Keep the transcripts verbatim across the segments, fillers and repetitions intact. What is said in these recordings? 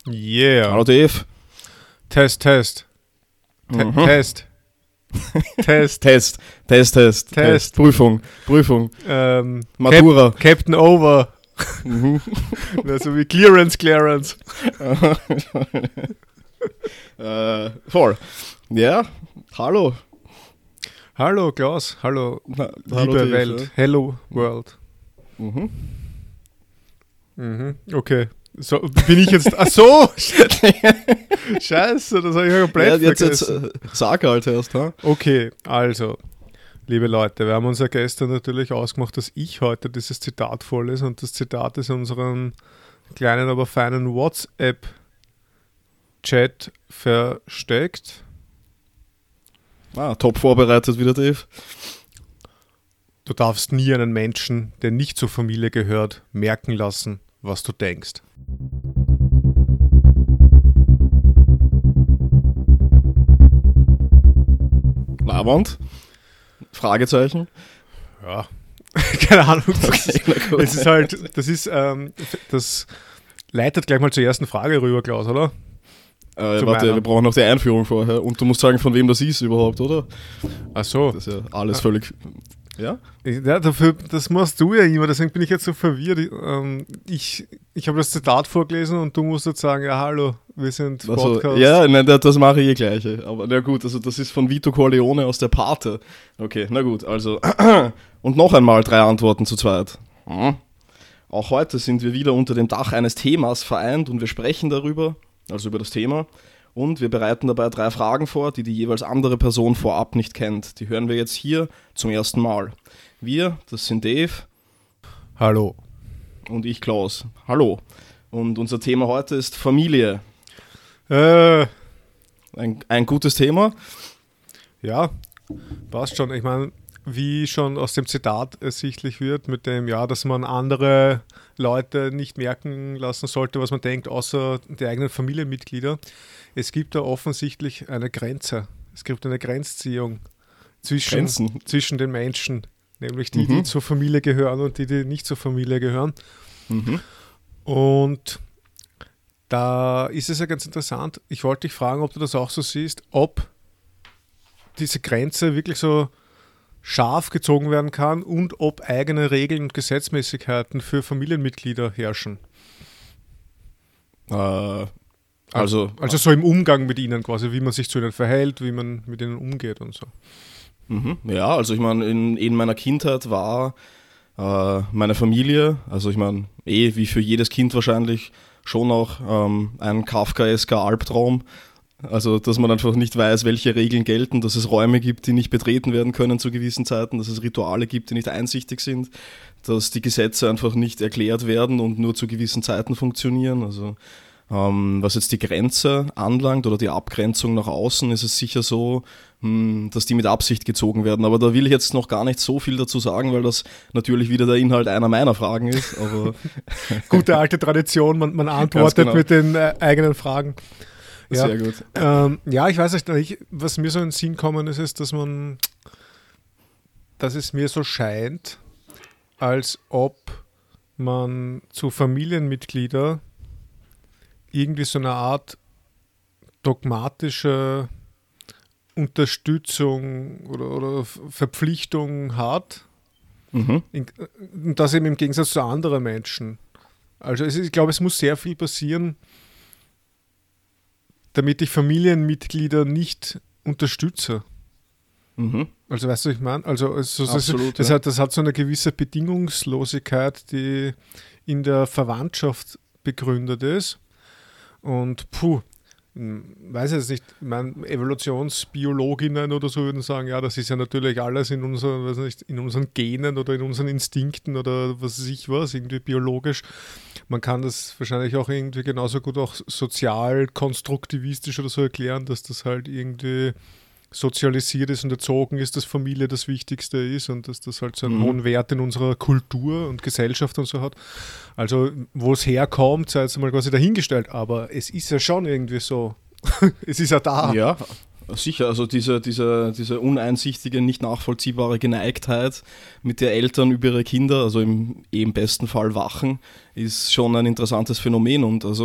Yeah. Hallo Dave. Test, Test. Te- Mhm. Test. Test. Test, Test, Test, Test. Prüfung, Prüfung, Ähm, Matura. Cap- Captain Over. Mhm. Also wie Clearance, Clearance. äh, voll. Ja, hallo. Hallo Klaus, hallo Na, liebe hallo Dave, Welt, ja. hello World. Mhm. Mhm. Okay. So, bin ich jetzt. Ach so! Scheiße, das habe ich ja komplett Ja, jetzt, jetzt vergessen. äh, sag halt erst, ha? Okay, also, liebe Leute, wir haben uns ja gestern natürlich ausgemacht, dass ich heute dieses Zitat vorlese und das Zitat ist in unserem kleinen, aber feinen WhatsApp-Chat versteckt. Ah, top vorbereitet wieder, Dave. Du darfst nie einen Menschen, der nicht zur Familie gehört, merken lassen, was du denkst. Labernd? Fragezeichen? Ja, keine Ahnung. Das, Okay, na gut. es ist halt, das ist, ähm, das leitet gleich mal zur ersten Frage rüber, Klaus, oder? Äh, Zu warte, meiner. wir brauchen noch die Einführung vorher. Und du musst sagen, von wem das ist überhaupt, oder? Ach so. Das ist ja alles völlig... Ja? Ja, dafür, das machst du ja immer, deswegen bin ich jetzt so verwirrt. Ich, ähm, ich, ich habe das Zitat vorgelesen und du musst jetzt sagen, ja hallo, wir sind Also, Podcast. ja, nein, das das mache ich eh gleiche. Aber na gut, also das ist von Vito Corleone aus der Pate. Okay, na gut, also und noch einmal drei Antworten zu zweit. Hm. Auch heute sind wir wieder unter dem Dach eines Themas vereint und wir sprechen darüber, also über das Thema. Und wir bereiten dabei drei Fragen vor, die die jeweils andere Person vorab nicht kennt. Die hören wir jetzt hier zum ersten Mal. Wir, das sind Dave Hallo. und ich Klaus. Hallo. Und unser Thema heute ist Familie. Äh, Ein, ein gutes Thema. ja, passt schon. Ich meine, wie schon aus dem Zitat ersichtlich wird, mit dem, ja, dass man andere Leute nicht merken lassen sollte, was man denkt, außer die eigenen Familienmitglieder. Es gibt da offensichtlich eine Grenze. Es gibt eine Grenzziehung zwischen, Grenzen. zwischen den Menschen, nämlich die, Mhm. die zur Familie gehören und die, die nicht zur Familie gehören. Mhm. Und da ist es ja ganz interessant. Ich wollte dich fragen, ob du das auch so siehst, ob diese Grenze wirklich so scharf gezogen werden kann und ob eigene Regeln und Gesetzmäßigkeiten für Familienmitglieder herrschen. Äh, also, Also so im Umgang mit ihnen quasi, wie man sich zu ihnen verhält, wie man mit ihnen umgeht und so. mhm. Ja, also ich meine, in, in meiner Kindheit war äh, meine Familie, also ich meine, eh wie für jedes Kind wahrscheinlich, schon auch ähm, ein kafkaesker Albtraum. Also, dass man einfach nicht weiß, welche Regeln gelten, dass es Räume gibt, die nicht betreten werden können zu gewissen Zeiten, dass es Rituale gibt, die nicht einsichtig sind, dass die Gesetze einfach nicht erklärt werden und nur zu gewissen Zeiten funktionieren. Also, ähm, was jetzt die Grenze anlangt oder die Abgrenzung nach außen, ist es sicher so, mh, dass die mit Absicht gezogen werden. Aber da will ich jetzt noch gar nicht so viel dazu sagen, weil das natürlich wieder der Inhalt einer meiner Fragen ist. Aber Gute alte Tradition, man, man antwortet genau. mit den äh, eigenen Fragen. Ja. sehr gut. Ähm, ja, ich weiß nicht, ich, was mir so in den Sinn kommen ist, ist, dass man, dass es mir so scheint, als ob man zu Familienmitgliedern irgendwie so eine Art dogmatische Unterstützung oder, oder Verpflichtung hat, Mhm. in, und das eben im Gegensatz zu anderen Menschen. Also es ist, ich glaube, es muss sehr viel passieren, damit ich Familienmitglieder nicht unterstütze. Mhm. Also weißt du, was ich meine? Also es- das, Absolut, das, ja. hat, das hat so eine gewisse Bedingungslosigkeit, die in der Verwandtschaft begründet ist. Und puh, hm, weiß ich jetzt nicht, ich meine, Evolutionsbiologinnen oder so würden sagen, ja, das ist ja natürlich alles in unseren, weiß nicht, in unseren Genen oder in unseren Instinkten oder was weiß ich was, irgendwie biologisch. Man kann das wahrscheinlich auch irgendwie genauso gut auch sozial konstruktivistisch oder so erklären, dass das halt irgendwie sozialisiert ist und erzogen ist, dass Familie das Wichtigste ist und dass das halt so einen Mhm. hohen Wert in unserer Kultur und Gesellschaft und so hat. Also wo es herkommt, sei jetzt mal quasi dahingestellt, aber es ist ja schon irgendwie so. Es ist ja da. Ja, sicher. Also diese, diese, diese uneinsichtige, nicht nachvollziehbare Geneigtheit, mit der Eltern über ihre Kinder, also im, eh im besten Fall wachen, ist schon ein interessantes Phänomen. Und also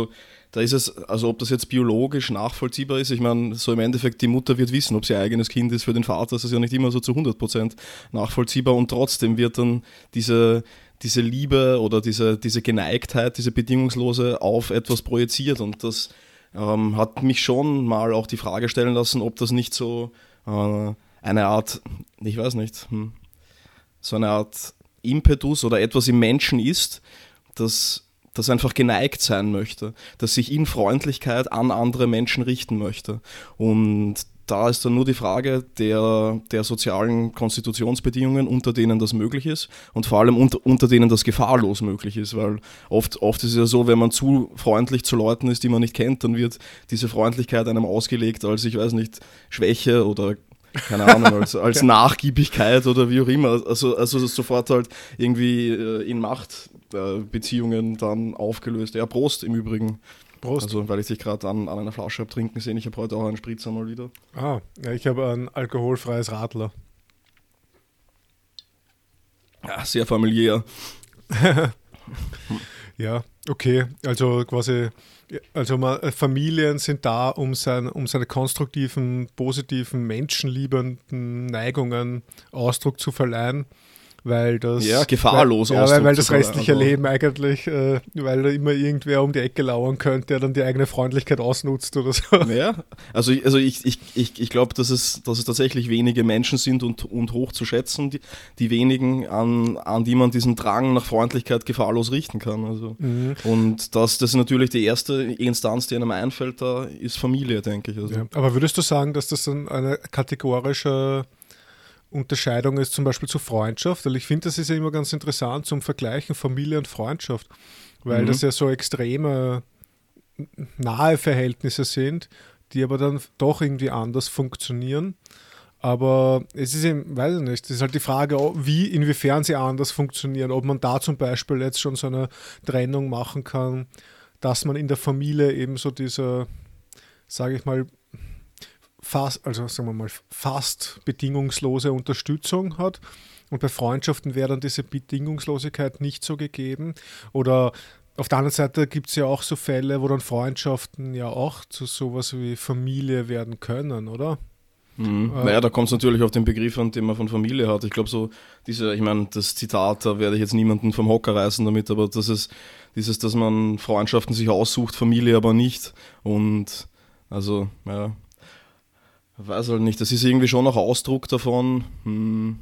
da ist es, also ob das jetzt biologisch nachvollziehbar ist, ich meine, so im Endeffekt, die Mutter wird wissen, ob sie ihr eigenes Kind ist, für den Vater ist es ja nicht immer so zu hundert Prozent nachvollziehbar und trotzdem wird dann diese, diese Liebe oder diese, diese Geneigtheit, diese bedingungslose auf etwas projiziert und das ähm, hat mich schon mal auch die Frage stellen lassen, ob das nicht so äh, eine Art, ich weiß nicht, hm, so eine Art Impetus oder etwas im Menschen ist, das, das einfach geneigt sein möchte, das sich in Freundlichkeit an andere Menschen richten möchte. Und da ist dann nur die Frage der, der sozialen Konstitutionsbedingungen, unter denen das möglich ist und vor allem unter, unter denen das gefahrlos möglich ist, weil oft, oft ist es ja so, wenn man zu freundlich zu Leuten ist, die man nicht kennt, dann wird diese Freundlichkeit einem ausgelegt als, ich weiß nicht, Schwäche oder keine Ahnung, als, als Nachgiebigkeit oder wie auch immer, also, also sofort halt irgendwie äh, in Machtbeziehungen äh, dann aufgelöst. Ja, Prost im Übrigen. Prost. Also, weil ich dich gerade an, an einer Flasche habe trinken sehen, ich habe heute auch einen Spritzer mal wieder. Ah, ja, ich habe ein alkoholfreies Radler. Ja, sehr familiär. Ja, okay, also quasi, also man, Familien sind da, um, sein, um seine konstruktiven, positiven, menschenliebenden Neigungen Ausdruck zu verleihen, weil das... Ja, gefahrlos weil, ja, weil, weil das zu verleihen, restliche also. Leben eigentlich, äh, weil da immer irgendwer um die Ecke lauern könnte, der dann die eigene Freundlichkeit ausnutzt oder so. Ja, also, also ich, ich, ich, ich glaube, dass es, dass es tatsächlich wenige Menschen sind und, und hoch zu schätzen, die, die wenigen, an, an die man diesen Drang nach Freundlichkeit gefahrlos richten kann. Also. Mhm. Und das, das ist natürlich die erste Instanz, die einem einfällt, da ist Familie, denke ich. Also. Ja, aber würdest du sagen, dass das dann eine kategorische Unterscheidung ist zum Beispiel zur Freundschaft, weil ich finde, das ist ja immer ganz interessant zum Vergleichen Familie und Freundschaft, weil mhm. das ja so extreme nahe Verhältnisse sind, die aber dann doch irgendwie anders funktionieren. Aber es ist eben, weiß ich nicht, es ist halt die Frage, wie, inwiefern sie anders funktionieren, ob man da zum Beispiel jetzt schon so eine Trennung machen kann, dass man in der Familie eben so diese, sage ich mal, fast, also sagen wir mal, fast bedingungslose Unterstützung hat. Und bei Freundschaften wäre dann diese Bedingungslosigkeit nicht so gegeben. Oder auf der anderen Seite gibt es ja auch so Fälle, wo dann Freundschaften ja auch zu sowas wie Familie werden können, oder? Mhm. Äh, naja, da kommt es natürlich auf den Begriff an, den man von Familie hat. Ich glaube so, diese, ich meine, das Zitat, da werde ich jetzt niemanden vom Hocker reißen damit, aber das ist dieses, dass man Freundschaften sich aussucht, Familie aber nicht. Und also, ja, weiß halt nicht, das ist irgendwie schon noch Ausdruck davon. Hm.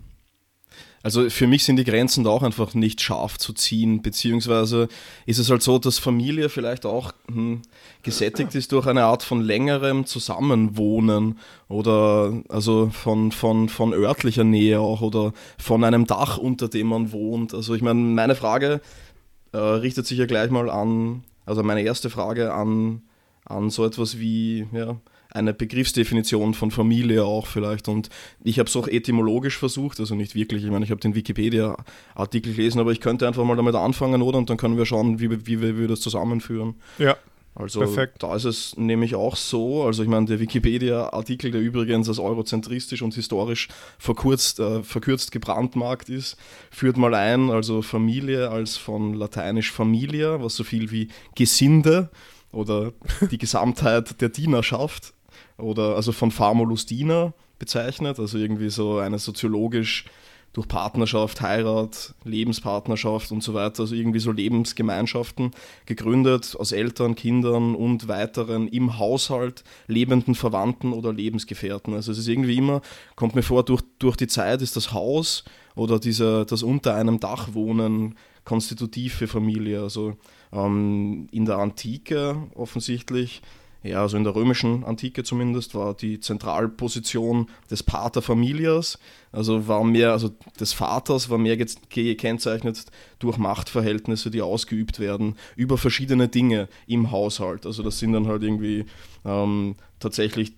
Also für mich sind die Grenzen da auch einfach nicht scharf zu ziehen, beziehungsweise ist es halt so, dass Familie vielleicht auch hm, gesättigt ist durch eine Art von längerem Zusammenwohnen oder also von, von, von örtlicher Nähe auch oder von einem Dach, unter dem man wohnt. Also ich meine, meine Frage äh, richtet sich ja gleich mal an, also meine erste Frage an, an so etwas wie, ja, eine Begriffsdefinition von Familie auch vielleicht und ich habe es auch etymologisch versucht, also nicht wirklich, ich meine, ich habe den Wikipedia-Artikel gelesen, aber ich könnte einfach mal damit anfangen, oder? Und dann können wir schauen, wie, wie, wie wir das zusammenführen. Ja, also perfekt. Da ist es nämlich auch so, also ich meine, der Wikipedia-Artikel, der übrigens als eurozentristisch und historisch verkürzt, äh, verkürzt gebrandmarkt ist, führt mal ein, also Familie als von lateinisch Familia, was so viel wie Gesinde oder die Gesamtheit der Dienerschaft oder also von Famulus Diener bezeichnet, also irgendwie so eine soziologisch durch Partnerschaft, Heirat, Lebenspartnerschaft und so weiter, also irgendwie so Lebensgemeinschaften gegründet aus Eltern, Kindern und weiteren im Haushalt lebenden Verwandten oder Lebensgefährten. Also es ist irgendwie immer, kommt mir vor, durch, durch die Zeit ist das Haus oder diese, das unter einem Dach wohnen konstitutiv für Familie. Also ähm, in der Antike offensichtlich, ja, also in der römischen Antike zumindest, war die Zentralposition des Pater Familias, also war mehr, also des Vaters war mehr gekennzeichnet durch Machtverhältnisse, die ausgeübt werden über verschiedene Dinge im Haushalt. Also das sind dann halt irgendwie ähm, tatsächlich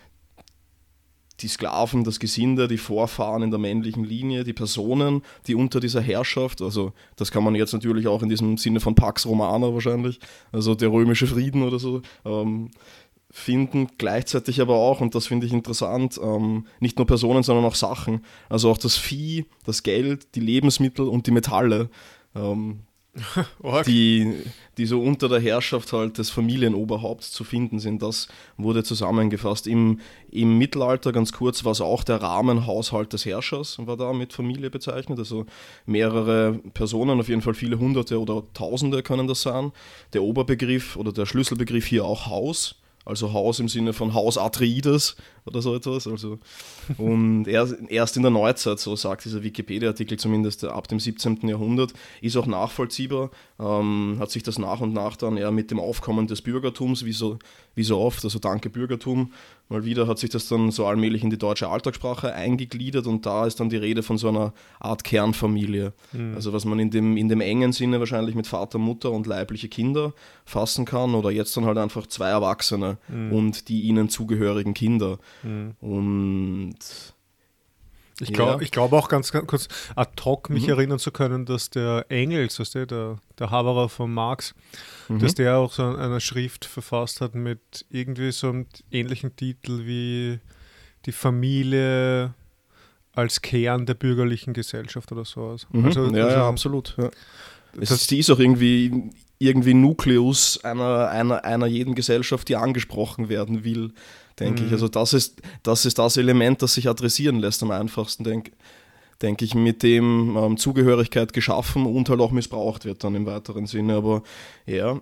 die Sklaven, das Gesinde, die Vorfahren in der männlichen Linie, die Personen, die unter dieser Herrschaft, also das kann man jetzt natürlich auch in diesem Sinne von Pax Romana wahrscheinlich, also der römische Frieden oder so, ähm, finden, gleichzeitig aber auch, und das finde ich interessant, ähm, nicht nur Personen, sondern auch Sachen, also auch das Vieh, das Geld, die Lebensmittel und die Metalle. Ähm, die, die so unter der Herrschaft halt des Familienoberhaupts zu finden sind. Das wurde zusammengefasst. Im, im Mittelalter, ganz kurz, war es auch der Rahmenhaushalt des Herrschers, war da mit Familie bezeichnet. Also mehrere Personen, auf jeden Fall viele Hunderte oder Tausende können das sein. Der Oberbegriff oder der Schlüsselbegriff hier auch Haus. Also Haus im Sinne von Haus Atreides oder so etwas. Also, und erst, erst in der Neuzeit, so sagt dieser Wikipedia-Artikel zumindest ab dem siebzehnten Jahrhundert, ist auch nachvollziehbar, ähm, hat sich das nach und nach dann eher mit dem Aufkommen des Bürgertums, wie so, wie so oft, also danke Bürgertum, mal wieder hat sich das dann so allmählich in die deutsche Alltagssprache eingegliedert und da ist dann die Rede von so einer Art Kernfamilie. Mhm. Also was man in dem, in dem engen Sinne wahrscheinlich mit Vater, Mutter und leibliche Kinder fassen kann oder jetzt dann halt einfach zwei Erwachsene mhm. und die ihnen zugehörigen Kinder. Mhm. Und ich glaube ja. glaub auch ganz, ganz kurz ad hoc mich mhm. erinnern zu können, dass der Engels, weißt du, der, der Haberer von Marx, mhm. dass der auch so eine Schrift verfasst hat mit irgendwie so einem ähnlichen Titel wie die Familie als Kern der bürgerlichen Gesellschaft oder sowas. Mhm. Also, ja, also, ja, absolut. Ja. Es ist, die ist auch irgendwie, irgendwie Nukleus einer, einer, einer jeden Gesellschaft, die angesprochen werden will, denke mhm. ich. Also das ist, das ist das Element, das sich adressieren lässt am einfachsten, denke denke ich, mit dem ähm, Zugehörigkeit geschaffen und halt auch missbraucht wird dann im weiteren Sinne. Aber ja,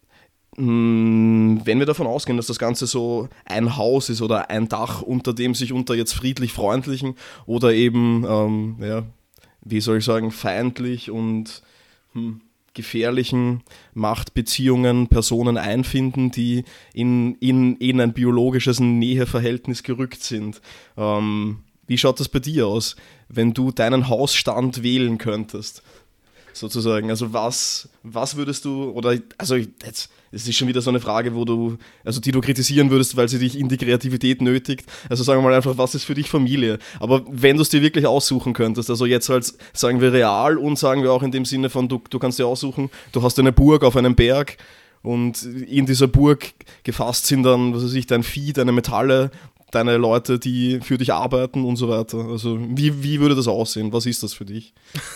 mh, wenn wir davon ausgehen, dass das Ganze so ein Haus ist oder ein Dach, unter dem sich unter jetzt friedlich-freundlichen oder eben, ähm, ja, wie soll ich sagen, feindlich und hm, gefährlichen Machtbeziehungen Personen einfinden, die in, in, in ein biologisches Näheverhältnis gerückt sind. Ähm, wie schaut das bei dir aus, wenn du deinen Hausstand wählen könntest? Sozusagen, also was, was würdest du, oder, also jetzt, es ist schon wieder so eine Frage, wo du, also die du kritisieren würdest, weil sie dich in die Kreativität nötigt, also sagen wir mal einfach, was ist für dich Familie? Aber wenn du es dir wirklich aussuchen könntest, also jetzt als, sagen wir real und sagen wir auch in dem Sinne von, du, du kannst dir aussuchen, du hast eine Burg auf einem Berg und in dieser Burg gefasst sind dann, was weiß ich, dein Vieh, deine Metalle, deine Leute, die für dich arbeiten und so weiter. Also wie, wie würde das aussehen? Was ist das für dich?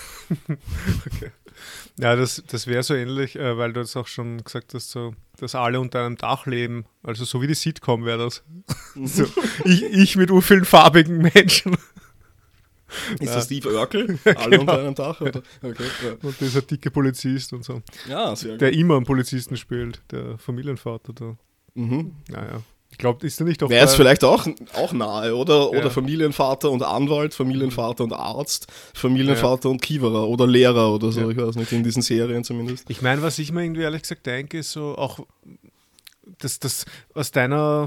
Okay. Ja, das, das wäre so ähnlich, äh, weil du jetzt auch schon gesagt hast, so, dass alle unter einem Dach leben. Also so wie die Sitcom wäre das. So, ich, ich mit so vielen farbigen Menschen. Ist ja. das Steve Urkel? Alle genau. unter einem Dach? Oder? Okay, ja. Und dieser dicke Polizist und so. Ja, sehr der gut. immer einen Polizisten spielt, der Familienvater da. Mhm. Naja. Ich glaube, ist er nicht auf Wäre es vielleicht auch, auch nahe, oder? Oder ja. Familienvater und Anwalt, Familienvater und Arzt, Familienvater ja. und Kiewerer oder Lehrer oder so, ja. ich weiß nicht, in diesen Serien zumindest. Ich meine, was ich mir irgendwie ehrlich gesagt denke, ist so auch, dass das aus deiner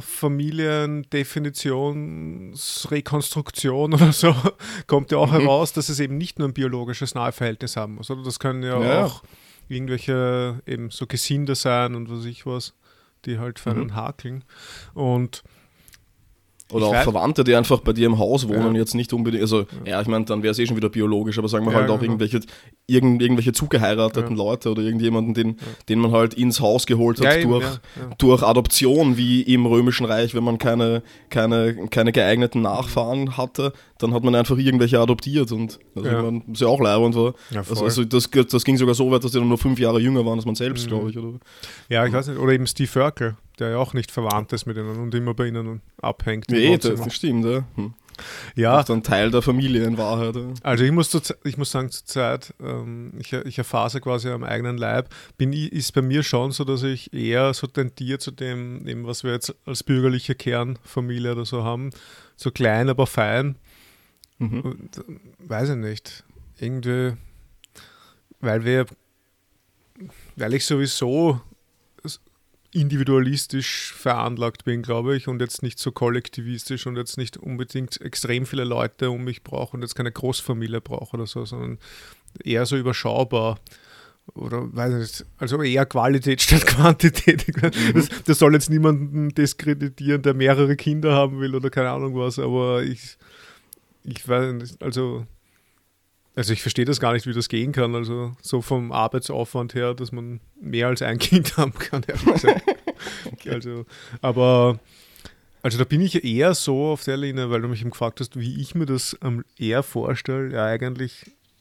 Familiendefinitionsrekonstruktion oder so kommt ja auch mhm. heraus, dass es eben nicht nur ein biologisches Naheverhältnis haben muss, oder? Das können ja, ja. auch irgendwelche eben so Gesinde sein und was weiß ich was, die halt für einen mhm. hakeln. Und oder auch weiß, Verwandte, die einfach bei dir im Haus wohnen, ja. jetzt nicht unbedingt, also ja, ja ich meine, dann wäre es eh schon wieder biologisch, aber sagen wir ja, halt auch genau. irgendwelche, irgend, irgendwelche zugeheirateten ja. Leute oder irgendjemanden, den, ja. den man halt ins Haus geholt hat ja, durch, ja, ja. durch Adoption, wie im Römischen Reich, wenn man keine, keine, keine geeigneten Nachfahren hatte, dann hat man einfach irgendwelche adoptiert und also ja. ich mein, was ja auch leibend war. Ja, also, also das, das ging sogar so weit, dass die dann nur fünf Jahre jünger waren als man selbst, mhm. glaube ich. Oder? Ja, ich weiß nicht, oder eben Steve Urkel, der ja auch nicht verwandt ist mit ihnen und immer bei ihnen abhängt. Nee, das, das stimmt, ja. Hm. Ja. Das ist dann Teil der Familie in Wahrheit. Ja. Also ich muss, zu, ich muss sagen, zur Zeit, ähm, ich, ich erfahre quasi am eigenen Leib, bin ich, ist bei mir schon so, dass ich eher so tendiere zu dem, eben, was wir jetzt als bürgerliche Kernfamilie oder so haben, so klein, aber fein. Mhm. Und, weiß ich nicht. Irgendwie, weil wir, weil ich sowieso individualistisch veranlagt bin, glaube ich, und jetzt nicht so kollektivistisch und jetzt nicht unbedingt extrem viele Leute um mich brauche und jetzt keine Großfamilie brauche oder so, sondern eher so überschaubar. Oder weiß nicht, also eher Qualität statt Quantität. Mhm. Das, das soll jetzt niemanden diskreditieren, der mehrere Kinder haben will oder keine Ahnung was, aber ich, ich weiß nicht, also Also ich verstehe das gar nicht, wie das gehen kann, also so vom Arbeitsaufwand her, dass man mehr als ein Kind haben kann. Okay. Also, aber also da bin ich eher so auf der Linie, weil du mich eben gefragt hast, wie ich mir das ähm, eher vorstelle, ja eigentlich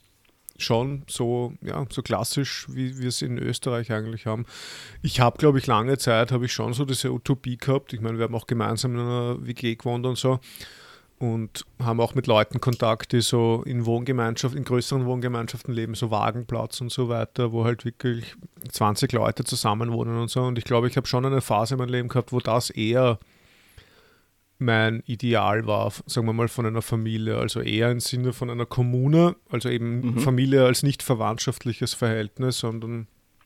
schon so, ja, so klassisch, wie wir es in Österreich eigentlich haben. Ich habe, glaube ich, lange Zeit, habe ich schon so diese Utopie gehabt. Ich meine, wir haben auch gemeinsam in einer W G gewohnt und so und haben auch mit Leuten Kontakt, die so in Wohngemeinschaften, in größeren Wohngemeinschaften leben, so Wagenplatz und so weiter, wo halt wirklich zwanzig Leute zusammen wohnen und so. Und ich glaube, ich habe schon eine Phase in meinem Leben gehabt, wo das eher mein Ideal war, sagen wir mal, von einer Familie, also eher im Sinne von einer Kommune, also eben Mhm. Familie als nicht verwandtschaftliches Verhältnis, sondern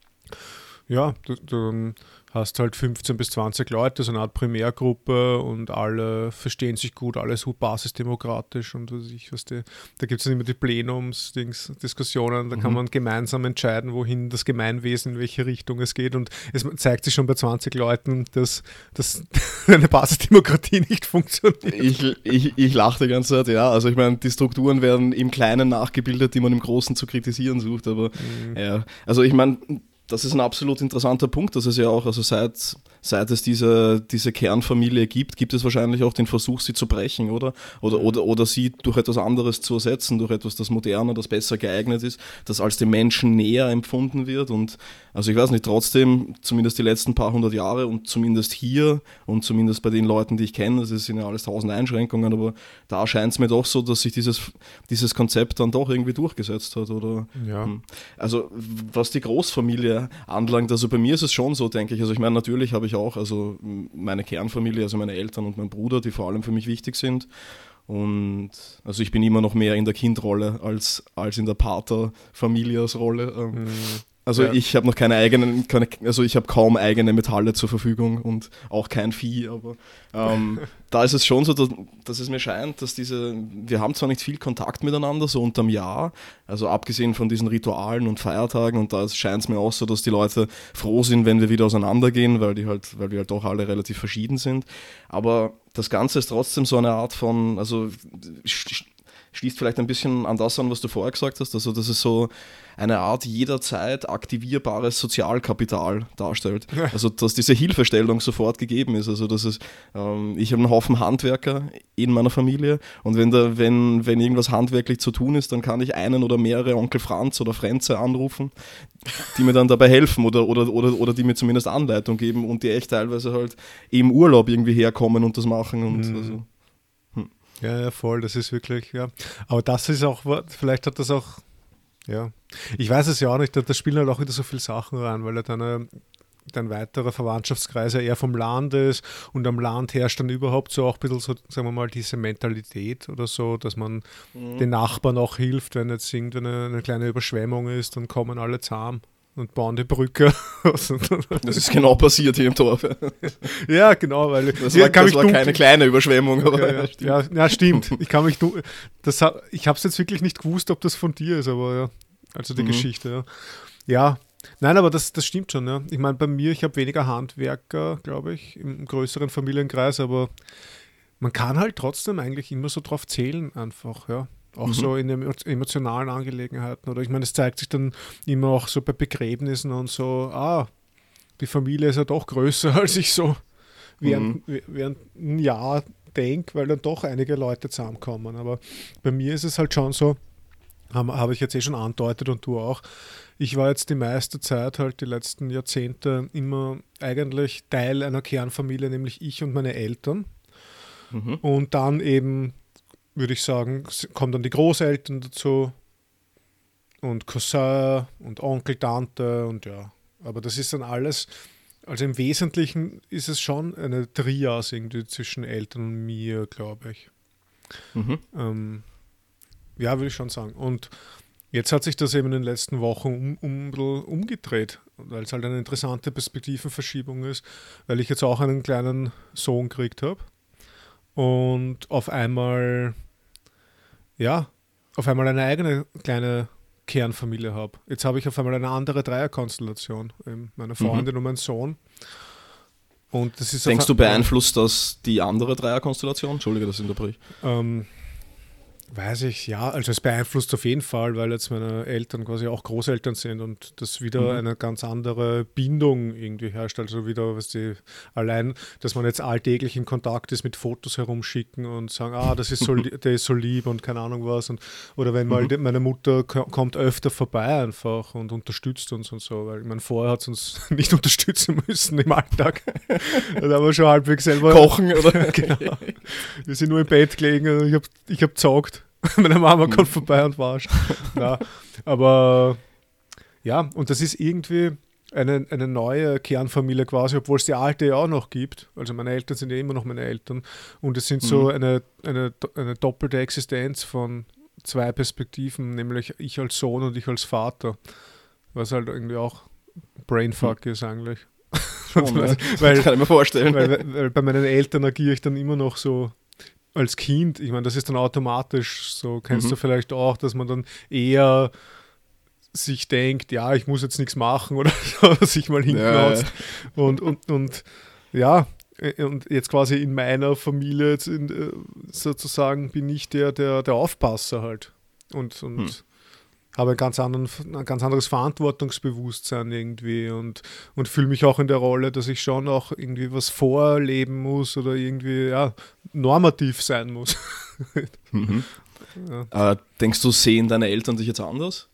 ja, du, du hast halt fünfzehn bis zwanzig Leute, so eine Art Primärgruppe und alle verstehen sich gut, alle so basisdemokratisch und was ich, was die, da gibt es immer die Plenums-Diskussionen, da kann Mhm. man gemeinsam entscheiden, wohin das Gemeinwesen, in welche Richtung es geht und es zeigt sich schon bei zwanzig Leuten, dass, dass eine Basisdemokratie nicht funktioniert. Ich, ich, ich lache die ganze Zeit, ja. Also ich meine, die Strukturen werden im Kleinen nachgebildet, die man im Großen zu kritisieren sucht, aber Mhm. ja. Also ich meine, das ist ein absolut interessanter Punkt, dass es ja auch, also seit, seit es diese, diese Kernfamilie gibt, gibt es wahrscheinlich auch den Versuch, sie zu brechen, oder? Oder, oder, oder sie durch etwas anderes zu ersetzen, durch etwas, das moderner, das besser geeignet ist, das als dem Menschen näher empfunden wird. Und also ich weiß nicht, trotzdem, zumindest die letzten paar hundert Jahre und zumindest hier und zumindest bei den Leuten, die ich kenne, das sind ja alles tausend Einschränkungen, aber da scheint es mir doch so, dass sich dieses, dieses Konzept dann doch irgendwie durchgesetzt hat, oder? Ja. Also was die Großfamilie anlangt, also bei mir ist es schon so, denke ich, also ich meine, natürlich habe ich auch, also meine Kernfamilie, also meine Eltern und mein Bruder, die vor allem für mich wichtig sind und also ich bin immer noch mehr in der Kindrolle als, als in der Pater-Familias-Rolle. Mhm. Also Ja. ich habe noch keine eigenen, keine, also ich habe kaum eigene Metalle zur Verfügung und auch kein Vieh, aber ähm, da ist es schon so, dass, dass es mir scheint, dass diese, wir haben zwar nicht viel Kontakt miteinander, so unterm Jahr, also abgesehen von diesen Ritualen und Feiertagen und da scheint es mir auch so, dass die Leute froh sind, wenn wir wieder auseinandergehen, weil die halt, weil wir halt doch alle relativ verschieden sind, aber das Ganze ist trotzdem so eine Art von, also schließt vielleicht ein bisschen an das an, was du vorher gesagt hast, also dass es so eine Art jederzeit aktivierbares Sozialkapital darstellt. Ja. Also dass diese Hilfestellung sofort gegeben ist. Also dass es, ähm, ich habe einen Haufen Handwerker in meiner Familie und wenn, da, wenn, wenn irgendwas handwerklich zu tun ist, dann kann ich einen oder mehrere Onkel Franz oder Frenze anrufen, die mir dann dabei helfen oder, oder, oder, oder die mir zumindest Anleitung geben und die echt teilweise halt im Urlaub irgendwie herkommen und das machen. Und Mhm. also, Ja, ja, voll, das ist wirklich, ja. Aber das ist auch, vielleicht hat das auch, ja, ich weiß es ja auch nicht, da, da spielen halt auch wieder so viele Sachen rein, weil ja deine, dein weiterer Verwandtschaftskreis ja eher vom Land ist und am Land herrscht dann überhaupt so auch ein bisschen so, sagen wir mal, diese Mentalität oder so, dass man mhm. den Nachbarn auch hilft, wenn jetzt irgendeine eine kleine Überschwemmung ist, dann kommen alle zahm und bauen die Brücke. Das ist genau passiert hier im Dorf. Ja, genau, weil das ja, war, kann das mich war dunkel- keine kleine Überschwemmung. Aber ja, ja, stimmt. ja, ja, stimmt. Ich kann mich du das ha- ich habe es jetzt wirklich nicht gewusst, ob das von dir ist, aber ja, also die Mhm. Geschichte, ja. Ja, nein, aber das, das stimmt schon, ja. Ich meine, bei mir, ich habe weniger Handwerker, glaube ich, im größeren Familienkreis, aber man kann halt trotzdem eigentlich immer so drauf zählen einfach, ja. Auch Mhm. so in emo- emotionalen Angelegenheiten. Oder ich meine, es zeigt sich dann immer auch so bei Begräbnissen und so, ah, die Familie ist ja doch größer, als ich so während, während ein Jahr denke, weil dann doch einige Leute zusammenkommen. Aber bei mir ist es halt schon so, habe hab ich jetzt eh schon andeutet und du auch, ich war jetzt die meiste Zeit, halt die letzten Jahrzehnte, immer eigentlich Teil einer Kernfamilie, nämlich ich und meine Eltern. Mhm. Und dann eben, würde ich sagen, s- kommen dann die Großeltern dazu und Cousin und Onkel, Tante und ja. Aber das ist dann alles, also im Wesentlichen ist es schon eine Trias irgendwie zwischen Eltern und mir, glaube ich. Mhm. Ähm, ja, würde ich schon sagen. Und jetzt hat sich das eben in den letzten Wochen um, um, ein bisschen umgedreht, weil es halt eine interessante Perspektivenverschiebung ist, weil ich jetzt auch einen kleinen Sohn gekriegt habe und auf einmal, ja, auf einmal eine eigene kleine Kernfamilie habe. Jetzt habe ich auf einmal eine andere Dreierkonstellation, eben meine Freundin und mein Sohn. Und das ist Denkst auf- du, beeinflusst das die andere Dreierkonstellation? Entschuldige, dass ich unterbreche. Ähm, Weiß ich, ja, also es beeinflusst auf jeden Fall, weil jetzt meine Eltern quasi auch Großeltern sind und das wieder Mhm. eine ganz andere Bindung irgendwie herrscht. Also wieder, was die allein, dass man jetzt alltäglich in Kontakt ist, mit Fotos herumschicken und sagen, ah, das ist so, lie- der ist so lieb und keine Ahnung was. Und, oder wenn mal Mhm. die, meine Mutter ko- kommt öfter vorbei einfach und unterstützt uns und so, weil ich meine, vorher hat sie uns nicht unterstützen müssen im Alltag. Da haben wir schon halbwegs selber Kochen oder? genau. Wir sind nur im Bett gelegen und ich habe ich hab gezockt. Meine Mama kommt vorbei und verarscht. Na, aber ja, und das ist irgendwie eine, eine neue Kernfamilie quasi, obwohl es die alte ja auch noch gibt. Also meine Eltern sind ja immer noch meine Eltern. Und es sind so Mhm. eine, eine, eine doppelte Existenz von zwei Perspektiven, nämlich ich als Sohn und ich als Vater. Was halt irgendwie auch Brainfuck ist eigentlich. Schon, ja. weil, Kann ich mir vorstellen. weil, weil bei meinen Eltern agiere ich dann immer noch so als Kind. Ich meine, das ist dann automatisch so, kennst Mhm. du vielleicht auch, dass man dann eher sich denkt, ja, ich muss jetzt nichts machen oder so, sich mal Ja, hinknauzt. ja. Und, und, und ja, äh, und jetzt quasi in meiner Familie jetzt in, äh, sozusagen bin ich der, der, der Aufpasser halt. Und, und Hm. habe ein ganz, anderen, ein ganz anderes Verantwortungsbewusstsein irgendwie und, und fühle mich auch in der Rolle, dass ich schon auch irgendwie was vorleben muss oder irgendwie ja, normativ sein muss. Mhm. Ja. Äh, denkst du, sehen deine Eltern dich jetzt anders?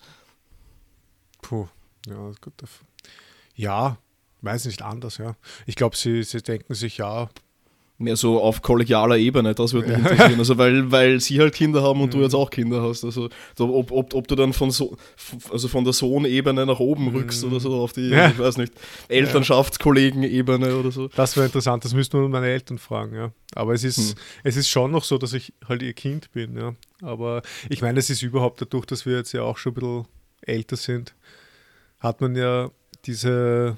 Puh, ja, gut. Ja, weiß nicht anders, ja. Ich glaube, sie, sie denken sich, ja, Mehr so auf kollegialer Ebene, das würde mich Ja. interessieren. Also weil, weil sie halt Kinder haben und du Mhm. jetzt auch Kinder hast. Also so, ob, ob, ob du dann von so also von der Sohnebene nach oben rückst Mhm. oder so auf die, Ja. ich weiß nicht, Elternschaftskollegenebene oder so. das wäre interessant, das müssten wir meine Eltern fragen, ja. Aber es ist, Hm. es ist schon noch so, dass ich halt ihr Kind bin, ja. Aber ich meine, es ist überhaupt dadurch, dass wir jetzt ja auch schon ein bisschen älter sind, hat man ja diese,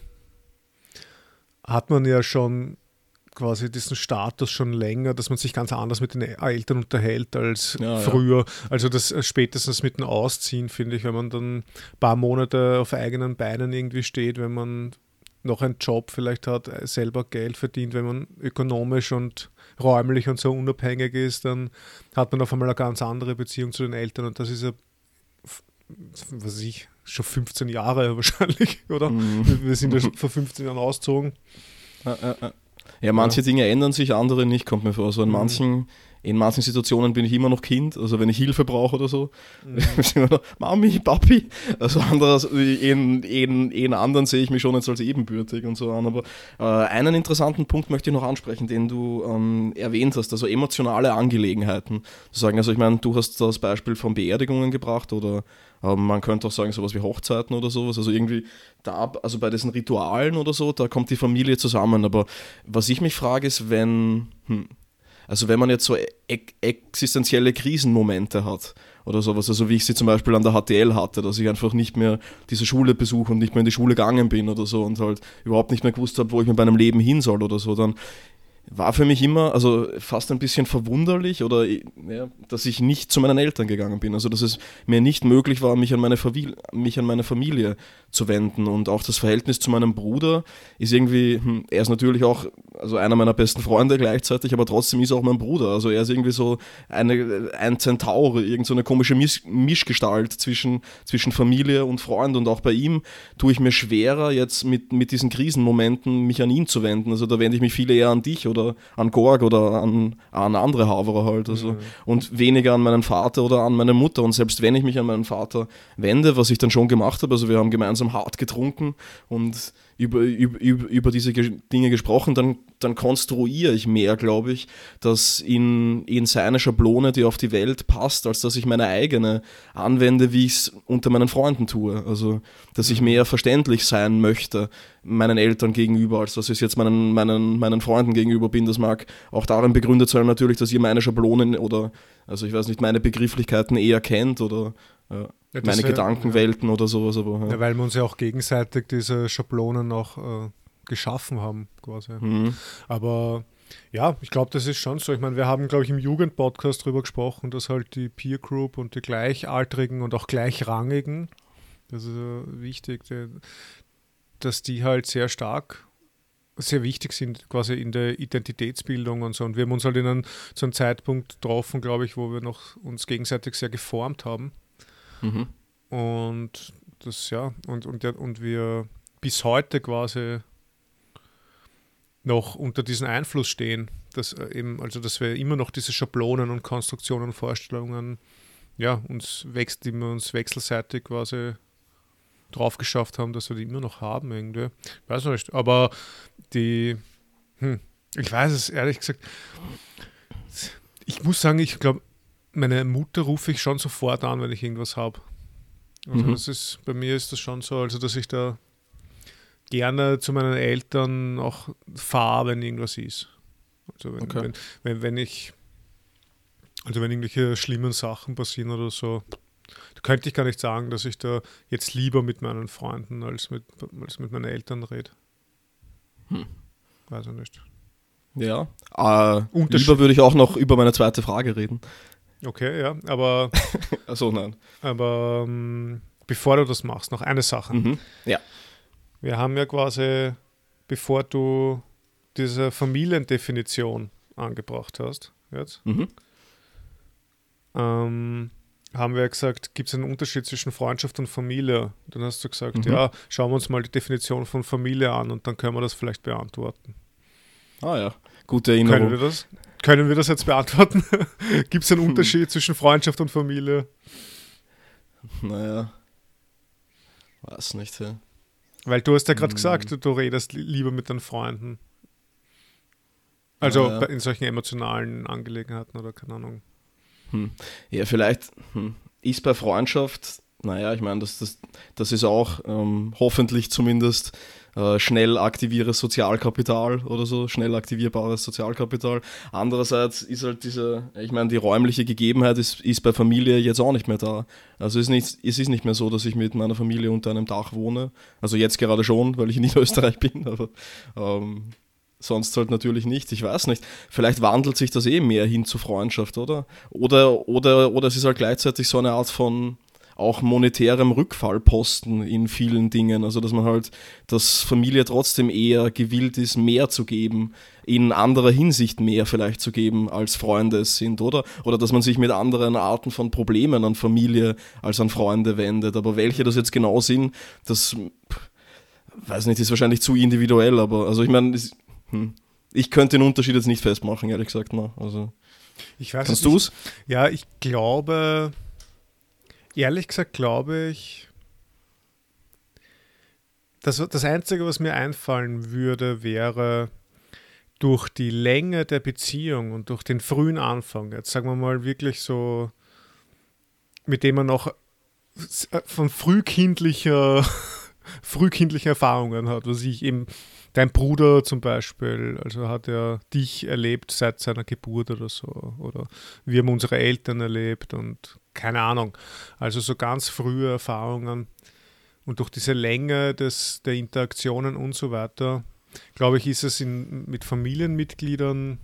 hat man ja schon quasi diesen Status schon länger, dass man sich ganz anders mit den Eltern unterhält als Ja, ja. früher. Also das äh, spätestens mit dem Ausziehen, finde ich, wenn man dann ein paar Monate auf eigenen Beinen irgendwie steht, wenn man noch einen Job vielleicht hat, äh, selber Geld verdient, wenn man ökonomisch und räumlich und so unabhängig ist, dann hat man auf einmal eine ganz andere Beziehung zu den Eltern und das ist ja, f- was weiß ich, schon fünfzehn Jahre wahrscheinlich, oder? Mhm. Wir wir sind ja schon vor fünfzehn Jahren ausgezogen. Ja, ja, ja. Ja, manche Ja. Dinge ändern sich, andere nicht, kommt mir vor. So in Mhm. manchen, in manchen Situationen bin ich immer noch Kind, also wenn ich Hilfe brauche oder so, Mhm. bin ich immer noch, Mami, Papi. Also anderes, in, in, in anderen sehe ich mich schon jetzt als ebenbürtig und so an. Aber äh, einen interessanten Punkt möchte ich noch ansprechen, den du ähm, erwähnt hast, also emotionale Angelegenheiten. Zu sagen, also ich meine, du hast das Beispiel von Beerdigungen gebracht oder ähm, man könnte auch sagen, sowas wie Hochzeiten oder sowas. Also irgendwie da, also bei diesen Ritualen oder so, da kommt die Familie zusammen. Aber was ich mich frage, ist, wenn, hm, also wenn man jetzt so e- existenzielle Krisenmomente hat oder sowas, also wie ich sie zum Beispiel an der H T L hatte, dass ich einfach nicht mehr diese Schule besuche und nicht mehr in die Schule gegangen bin oder so und halt überhaupt nicht mehr gewusst habe, wo ich mit meinem Leben hin soll oder so, dann war für mich immer, also fast ein bisschen verwunderlich oder ja, dass ich nicht zu meinen Eltern gegangen bin. Also dass es mir nicht möglich war, mich an meine, Favi- mich an meine Familie zu wenden. Und auch das Verhältnis zu meinem Bruder ist irgendwie, hm, er ist natürlich auch also einer meiner besten Freunde gleichzeitig, aber trotzdem ist er auch mein Bruder. Also er ist irgendwie so eine, ein Zentaur, irgend so eine komische Misch, Mischgestalt zwischen, zwischen Familie und Freund. Und auch bei ihm tue ich mir schwerer, jetzt mit, mit diesen Krisenmomenten mich an ihn zu wenden. Also da wende ich mich viel eher an dich oder an Gorg oder an, an andere Haverer halt. Also. Mhm. Und weniger an meinen Vater oder an meine Mutter. Und selbst wenn ich mich an meinen Vater wende, was ich dann schon gemacht habe, also wir haben gemeinsam hart getrunken und über, über, über diese Ge- Dinge gesprochen, dann, dann konstruiere ich mehr, glaube ich, dass in, in seine Schablone, die auf die Welt passt, als dass ich meine eigene anwende, wie ich es unter meinen Freunden tue. Also, dass ich mehr verständlich sein möchte meinen Eltern gegenüber, als dass ich jetzt meinen, meinen, meinen Freunden gegenüber bin. Das mag auch darin begründet sein, natürlich, dass ihr meine Schablonen oder, also ich weiß nicht, meine Begrifflichkeiten eher kennt oder ja, Ja, das meine wär- Gedankenwelten oder sowas. Aber, ja. Ja, weil wir uns ja auch gegenseitig diese Schablonen auch äh, geschaffen haben, quasi. Mhm. Aber ja, ich glaube, das ist schon so. Ich meine, wir haben, glaube ich, im Jugendpodcast darüber gesprochen, dass halt die Peer Group und die Gleichaltrigen und auch Gleichrangigen, das ist äh, wichtig, die, dass die halt sehr stark sehr wichtig sind, quasi in der Identitätsbildung und so. Und wir haben uns halt in einem, zu einem Zeitpunkt getroffen, glaube ich, wo wir noch uns gegenseitig sehr geformt haben. Mhm. Und das, ja, und, und, und wir bis heute quasi noch unter diesem Einfluss stehen, dass eben, also dass wir immer noch diese Schablonen und Konstruktionen und Vorstellungen, ja, uns wächst, die wir uns wechselseitig quasi drauf geschafft haben, dass wir die immer noch haben irgendwie. Ich weiß nicht, aber die, hm, ich weiß es ehrlich gesagt, ich muss sagen, ich glaube, meine Mutter rufe ich schon sofort an, wenn ich irgendwas habe. Also mhm. das ist, bei mir ist das schon so, also dass ich da gerne zu meinen Eltern auch fahre, wenn irgendwas ist. Also wenn, okay. wenn, wenn, wenn ich, also wenn irgendwelche schlimmen Sachen passieren oder so, da könnte ich gar nicht sagen, dass ich da jetzt lieber mit meinen Freunden als mit, als mit meinen Eltern rede. Hm. Weiß ich nicht. Ja, äh, lieber würde ich auch noch über meine zweite Frage reden. Okay, ja, aber Achso, nein. Aber ähm, bevor du das machst, noch eine Sache. Mhm. Ja. Wir haben ja quasi, bevor du diese Familiendefinition angebracht hast, jetzt, mhm. ähm, haben wir ja gesagt, gibt es einen Unterschied zwischen Freundschaft und Familie? Dann hast du gesagt, mhm. ja, schauen wir uns mal die Definition von Familie an und dann können wir das vielleicht beantworten. Ah ja, gute Erinnerung. Können wir das? Können wir das jetzt beantworten? Gibt es einen Unterschied zwischen Freundschaft und Familie? Naja, weiß nicht. Ja. Weil du hast ja gerade hm. gesagt, du, du redest lieber mit deinen Freunden. Also naja. in solchen emotionalen Angelegenheiten oder keine Ahnung. Hm. Ja, vielleicht hm. ist bei Freundschaft, naja, ich meine, das, das, das ist auch ähm, hoffentlich zumindest äh, schnell aktiviertes Sozialkapital oder so, schnell aktivierbares Sozialkapital. Andererseits ist halt diese, ich meine, die räumliche Gegebenheit ist, ist bei Familie jetzt auch nicht mehr da. Also es ist, nicht, es ist nicht mehr so, dass ich mit meiner Familie unter einem Dach wohne. Also jetzt gerade schon, weil ich in Niederösterreich bin, aber ähm, sonst halt natürlich nicht. Ich weiß nicht. Vielleicht wandelt sich das eh mehr hin zu Freundschaft, oder? Oder, oder, oder es ist halt gleichzeitig so eine Art von auch monetärem Rückfallposten in vielen Dingen. Also dass man halt, dass Familie trotzdem eher gewillt ist, mehr zu geben, in anderer Hinsicht mehr vielleicht zu geben, als Freunde es sind, oder? Oder dass man sich mit anderen Arten von Problemen an Familie als an Freunde wendet. Aber welche das jetzt genau sind, das, weiß nicht, ist wahrscheinlich zu individuell, aber also ich meine, hm, ich könnte den Unterschied jetzt nicht festmachen, ehrlich gesagt. Na, also, ich weiß kannst du es? Ja, ich glaube... Ehrlich gesagt glaube ich, dass das Einzige, was mir einfallen würde, wäre durch die Länge der Beziehung und durch den frühen Anfang, jetzt sagen wir mal wirklich so, mit dem man noch von frühkindlicher, frühkindlichen Erfahrungen hat, was ich eben, dein Bruder zum Beispiel, also hat er dich erlebt seit seiner Geburt oder so, oder wir haben unsere Eltern erlebt und keine Ahnung, also so ganz frühe Erfahrungen und durch diese Länge des, der Interaktionen und so weiter, glaube ich, ist es in, mit Familienmitgliedern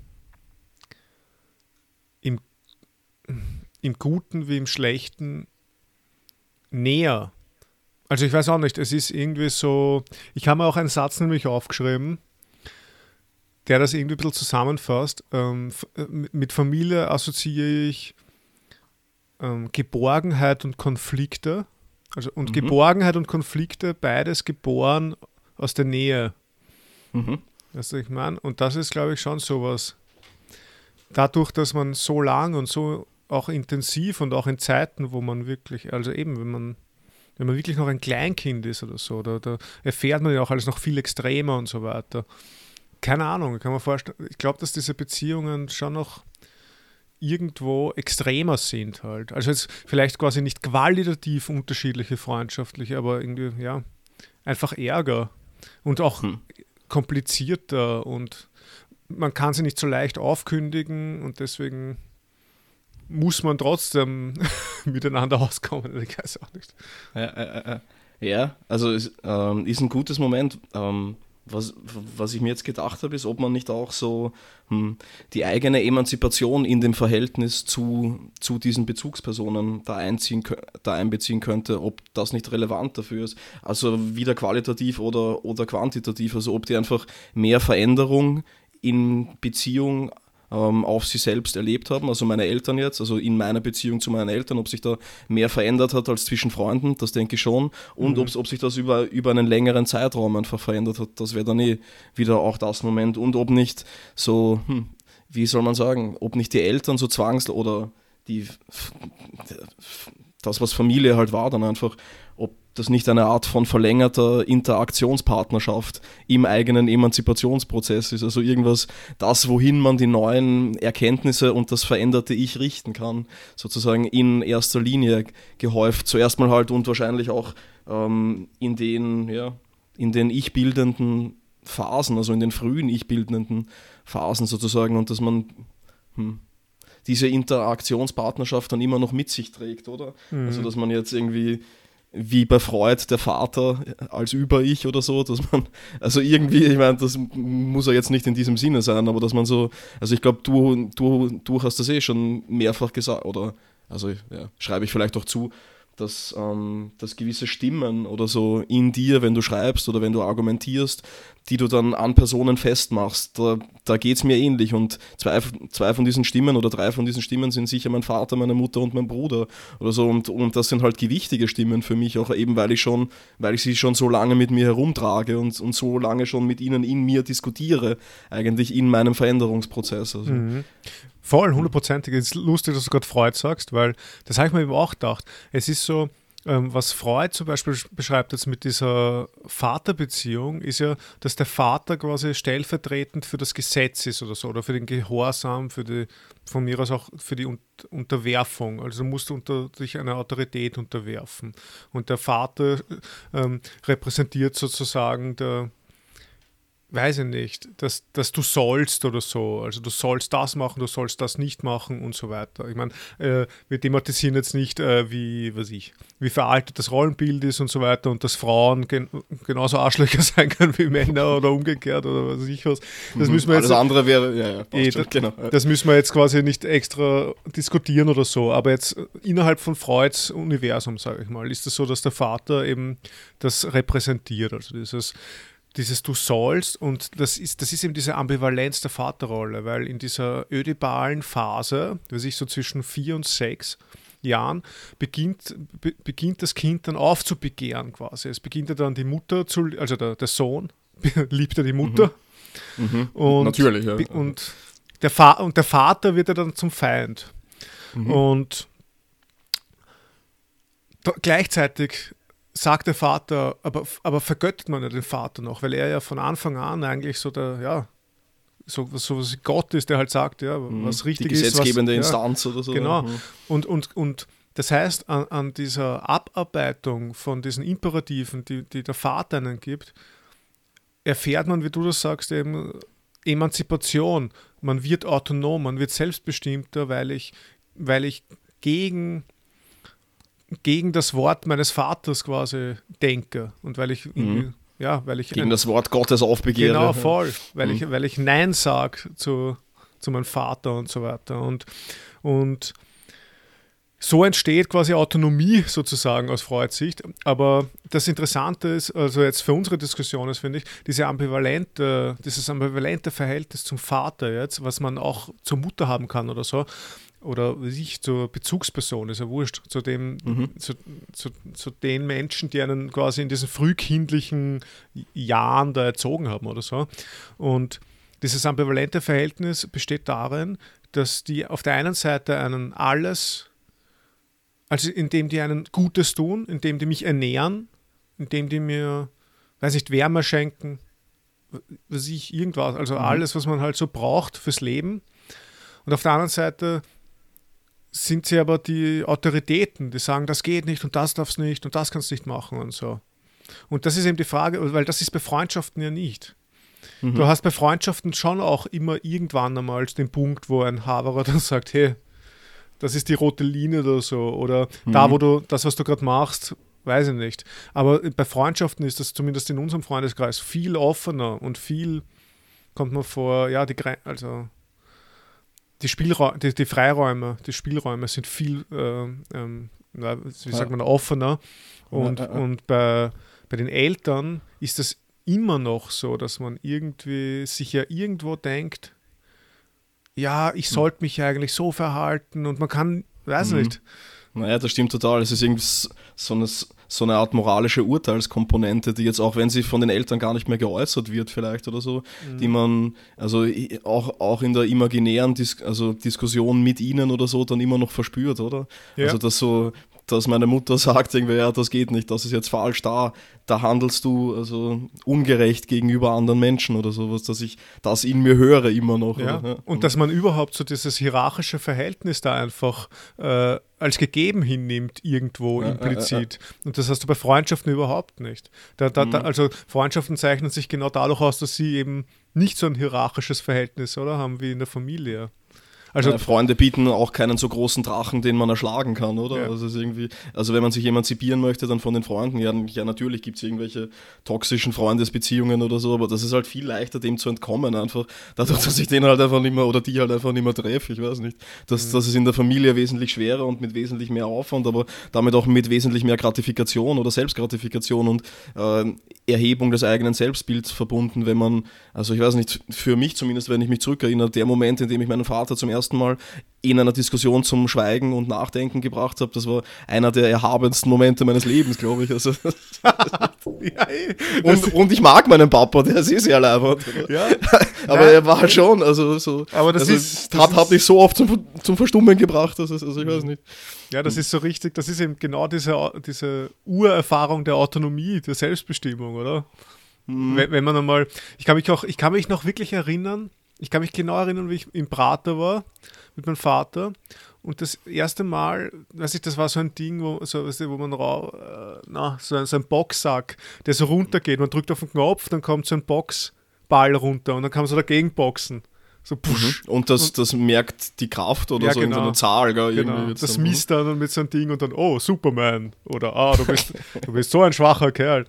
im, im Guten wie im Schlechten näher. Also ich weiß auch nicht, es ist irgendwie so, ich habe mir auch einen Satz nämlich aufgeschrieben, der das irgendwie ein bisschen zusammenfasst. Ähm, mit Familie assoziiere ich ähm, Geborgenheit und Konflikte. Also, und mhm. Geborgenheit und Konflikte, beides geboren aus der Nähe. Mhm. Weißt du, was ich meine? Und das ist, glaube ich, schon sowas. Dadurch, dass man so lang und so auch intensiv und auch in Zeiten, wo man wirklich, also eben, wenn man wenn man wirklich noch ein Kleinkind ist oder so, da, da erfährt man ja auch alles noch viel extremer und so weiter. Keine Ahnung, kann man vorstellen. Ich glaube, dass diese Beziehungen schon noch irgendwo extremer sind halt. Also jetzt vielleicht quasi nicht qualitativ unterschiedliche freundschaftliche, aber irgendwie, ja, einfach Ärger und auch hm. komplizierter und man kann sie nicht so leicht aufkündigen und deswegen muss man trotzdem miteinander auskommen. Ich weiß auch nicht. Ja, äh, äh, ja also es ähm, ist ein gutes Moment, ähm, was, was ich mir jetzt gedacht habe, ist, ob man nicht auch so hm, die eigene Emanzipation in dem Verhältnis zu, zu diesen Bezugspersonen da, einziehen, da einbeziehen könnte, ob das nicht relevant dafür ist. Also wieder qualitativ oder, oder quantitativ, also ob die einfach mehr Veränderung in Beziehung ähm, auf sie selbst erlebt haben, also meine Eltern jetzt, also in meiner Beziehung zu meinen Eltern, ob sich da mehr verändert hat als zwischen Freunden, das denke ich schon, und mhm. ob, ob sich das über, über einen längeren Zeitraum einfach verändert hat, das wäre dann eh wieder auch das Moment, und ob nicht so, hm, wie soll man sagen, ob nicht die Eltern so zwangs- oder die, das, was Familie halt war, dann einfach, ob das nicht eine Art von verlängerter Interaktionspartnerschaft im eigenen Emanzipationsprozess ist. Also irgendwas, das, wohin man die neuen Erkenntnisse und das veränderte Ich richten kann, sozusagen in erster Linie gehäuft. Zuerst mal halt und wahrscheinlich auch ähm, in den, ja, in den ich-bildenden Phasen, also in den frühen ich-bildenden Phasen sozusagen, und dass man hm, diese Interaktionspartnerschaft dann immer noch mit sich trägt, oder? Mhm. Also dass man jetzt irgendwie wie bei Freud der Vater als Über-Ich oder so, dass man, also irgendwie, ich meine, das muss ja jetzt nicht in diesem Sinne sein, aber dass man so, also ich glaube, du, du, du hast das eh schon mehrfach gesagt, oder, also ja, schreibe ich vielleicht auch zu, dass, ähm, dass gewisse Stimmen oder so in dir, wenn du schreibst oder wenn du argumentierst, die du dann an Personen festmachst, da, da geht es mir ähnlich, und zwei, zwei von diesen Stimmen oder drei von diesen Stimmen sind sicher mein Vater, meine Mutter und mein Bruder oder so, und, und das sind halt gewichtige Stimmen für mich, auch eben weil ich schon, weil ich sie schon so lange mit mir herumtrage und, und so lange schon mit ihnen in mir diskutiere, eigentlich in meinem Veränderungsprozess. Also. Mhm. Voll, hundertprozentig. Es ist lustig, dass du gerade Freud sagst, weil das habe ich mir eben auch gedacht. Es ist so, ähm, was Freud zum Beispiel beschreibt jetzt mit dieser Vaterbeziehung, ist ja, dass der Vater quasi stellvertretend für das Gesetz ist oder so, oder für den Gehorsam, für die, von mir aus auch für die Un- Unterwerfung. Also du musst unter, dich einer Autorität unterwerfen. Und der Vater ähm, repräsentiert sozusagen der weiß ich nicht, dass, dass du sollst oder so, also du sollst das machen, du sollst das nicht machen und so weiter. Ich meine, äh, wir thematisieren jetzt nicht, äh, wie, was ich, wie veraltet das Rollenbild ist und so weiter, und dass Frauen gen- genauso Arschlöcher sein können wie Männer oder umgekehrt oder was weiß ich was. Das mhm, müssen wir jetzt, alles andere wäre, ja, ja, eh, schon, da, genau. Ja. Das müssen wir jetzt quasi nicht extra diskutieren oder so, aber jetzt innerhalb von Freuds Universum, sage ich mal, ist es das so, dass der Vater eben das repräsentiert, also dieses Dieses Du sollst, und das ist, das ist eben diese Ambivalenz der Vaterrolle, weil in dieser ödipalen Phase, weiß ich, so zwischen vier und sechs Jahren, beginnt, be, beginnt das Kind dann aufzubegehren quasi. Es beginnt ja dann die Mutter, zu, also der, der Sohn liebt ja die Mutter. Mhm. Mhm. Und, Natürlich, ja. Und der, Fa- und der Vater wird ja dann zum Feind. Mhm. Und da, gleichzeitig sagt der Vater, aber, aber vergöttert man ja den Vater noch, weil er ja von Anfang an eigentlich so der, ja, so, so was Gott ist, der halt sagt, ja, was richtig ist. Die gesetzgebende ist, was, Instanz ja, oder so. Genau. Mhm. Und, und, und das heißt, an, an dieser Abarbeitung von diesen Imperativen, die, die der Vater einen gibt, erfährt man, wie du das sagst, eben Emanzipation. Man wird autonom, man wird selbstbestimmter, weil ich, weil ich gegen gegen das Wort meines Vaters quasi denke, und weil ich mhm. ja, weil ich gegen ein, das Wort Gottes aufbegehre. Genau, voll, weil mhm. ich weil ich Nein sage zu, zu meinem Vater und so weiter, und und so entsteht quasi Autonomie sozusagen aus Freuds Sicht. Aber das Interessante ist, also jetzt für unsere Diskussion ist, finde ich, diese ambivalente, dieses ambivalente Verhältnis zum Vater jetzt, was man auch zur Mutter haben kann oder so, oder ich zur Bezugsperson, ist ja wurscht, zu, dem, mhm. zu, zu, zu den Menschen, die einen quasi in diesen frühkindlichen Jahren da erzogen haben oder so. Und dieses ambivalente Verhältnis besteht darin, dass die auf der einen Seite einen alles, also indem die einen Gutes tun, indem die mich ernähren, indem die mir, weiß nicht, Wärme schenken, weiß ich, irgendwas, also mhm. alles, was man halt so braucht fürs Leben. Und auf der anderen Seite sind sie aber die Autoritäten, die sagen, das geht nicht und das darfst nicht und das kannst du nicht machen und so. Und das ist eben die Frage, weil das ist bei Freundschaften ja nicht. Mhm. Du hast bei Freundschaften schon auch immer irgendwann einmal den Punkt, wo ein Haverer dann sagt, hey, das ist die rote Linie oder so, oder mhm. da, wo du, das, was du gerade machst, weiß ich nicht. Aber bei Freundschaften ist das zumindest in unserem Freundeskreis viel offener und viel, kommt man vor, ja, die, also die, Spielra- die, die Freiräume, die Spielräume sind viel, äh, ähm, wie sagt man, offener. Und, ja, ja, ja. und bei, bei den Eltern ist das immer noch so, dass man irgendwie sich ja irgendwo denkt, ja, ich sollte mich eigentlich so verhalten und man kann, weiß mhm. nicht. Naja, das stimmt total. Es ist irgendwie so eine, so eine Art moralische Urteilskomponente, die jetzt auch, wenn sie von den Eltern gar nicht mehr geäußert wird vielleicht oder so, mhm. die man, also auch, auch in der imaginären Dis- also Diskussion mit ihnen oder so dann immer noch verspürt, oder? Ja. Also dass so, dass meine Mutter sagt irgendwie, ja, das geht nicht, das ist jetzt falsch, da, da handelst du also ungerecht gegenüber anderen Menschen oder sowas, dass ich das in mir höre immer noch. Ja. Oder? Ja. Und dass man überhaupt so dieses hierarchische Verhältnis da einfach äh, als gegeben hinnimmt, irgendwo ja, implizit. Ja, ja. Und das hast du bei Freundschaften überhaupt nicht. Da, da, mhm. da, also Freundschaften zeichnen sich genau dadurch aus, dass sie eben nicht so ein hierarchisches Verhältnis, oder, haben wie in der Familie. Also ja, Freunde bieten auch keinen so großen Drachen, den man erschlagen kann, oder? Ja. Also, es ist irgendwie, also wenn man sich emanzipieren möchte, dann von den Freunden, ja, ja natürlich gibt es irgendwelche toxischen Freundesbeziehungen oder so, aber das ist halt viel leichter, dem zu entkommen einfach, dadurch, dass ich den halt einfach nicht mehr, oder die halt einfach nicht mehr treffe, ich weiß nicht. Das, mhm. das ist in der Familie wesentlich schwerer und mit wesentlich mehr Aufwand, aber damit auch mit wesentlich mehr Gratifikation oder Selbstgratifikation und äh, Erhebung des eigenen Selbstbilds verbunden, wenn man, also ich weiß nicht, für mich zumindest, wenn ich mich zurückerinnere, der Moment, in dem ich meinen Vater zum ersten Mal in einer Diskussion zum Schweigen und Nachdenken gebracht habe, das war einer der erhabensten Momente meines Lebens, glaube ich. Also, ja, und, und ich mag meinen Papa, der ist eh sehr leibend. Ja, aber nein, er war halt schon, also so, aber das also ist, das hat, ist, hat mich so oft zum, zum Verstummen gebracht, also, also ich weiß nicht. Ja, das ist so richtig, das ist eben genau diese, diese Urerfahrung der Autonomie, der Selbstbestimmung, oder? Mhm. Wenn, wenn man einmal, ich kann mich auch, ich kann mich noch wirklich erinnern, ich kann mich genau erinnern, wie ich im Prater war mit meinem Vater und das erste Mal, weiß ich, das war so ein Ding, wo, so, weißt du, wo man rau, äh, na, so, ein, so ein Boxsack, der so runtergeht, man drückt auf den Knopf, dann kommt so ein Boxball runter und dann kann man so dagegen boxen. So push. Mhm. Und das, und das merkt die Kraft oder ja, so genau. in so einer Zahl. Gell, genau. Das dann, misst dann mit so einem Ding und dann, oh, Superman. Oder, ah, du bist, du bist so ein schwacher Kerl.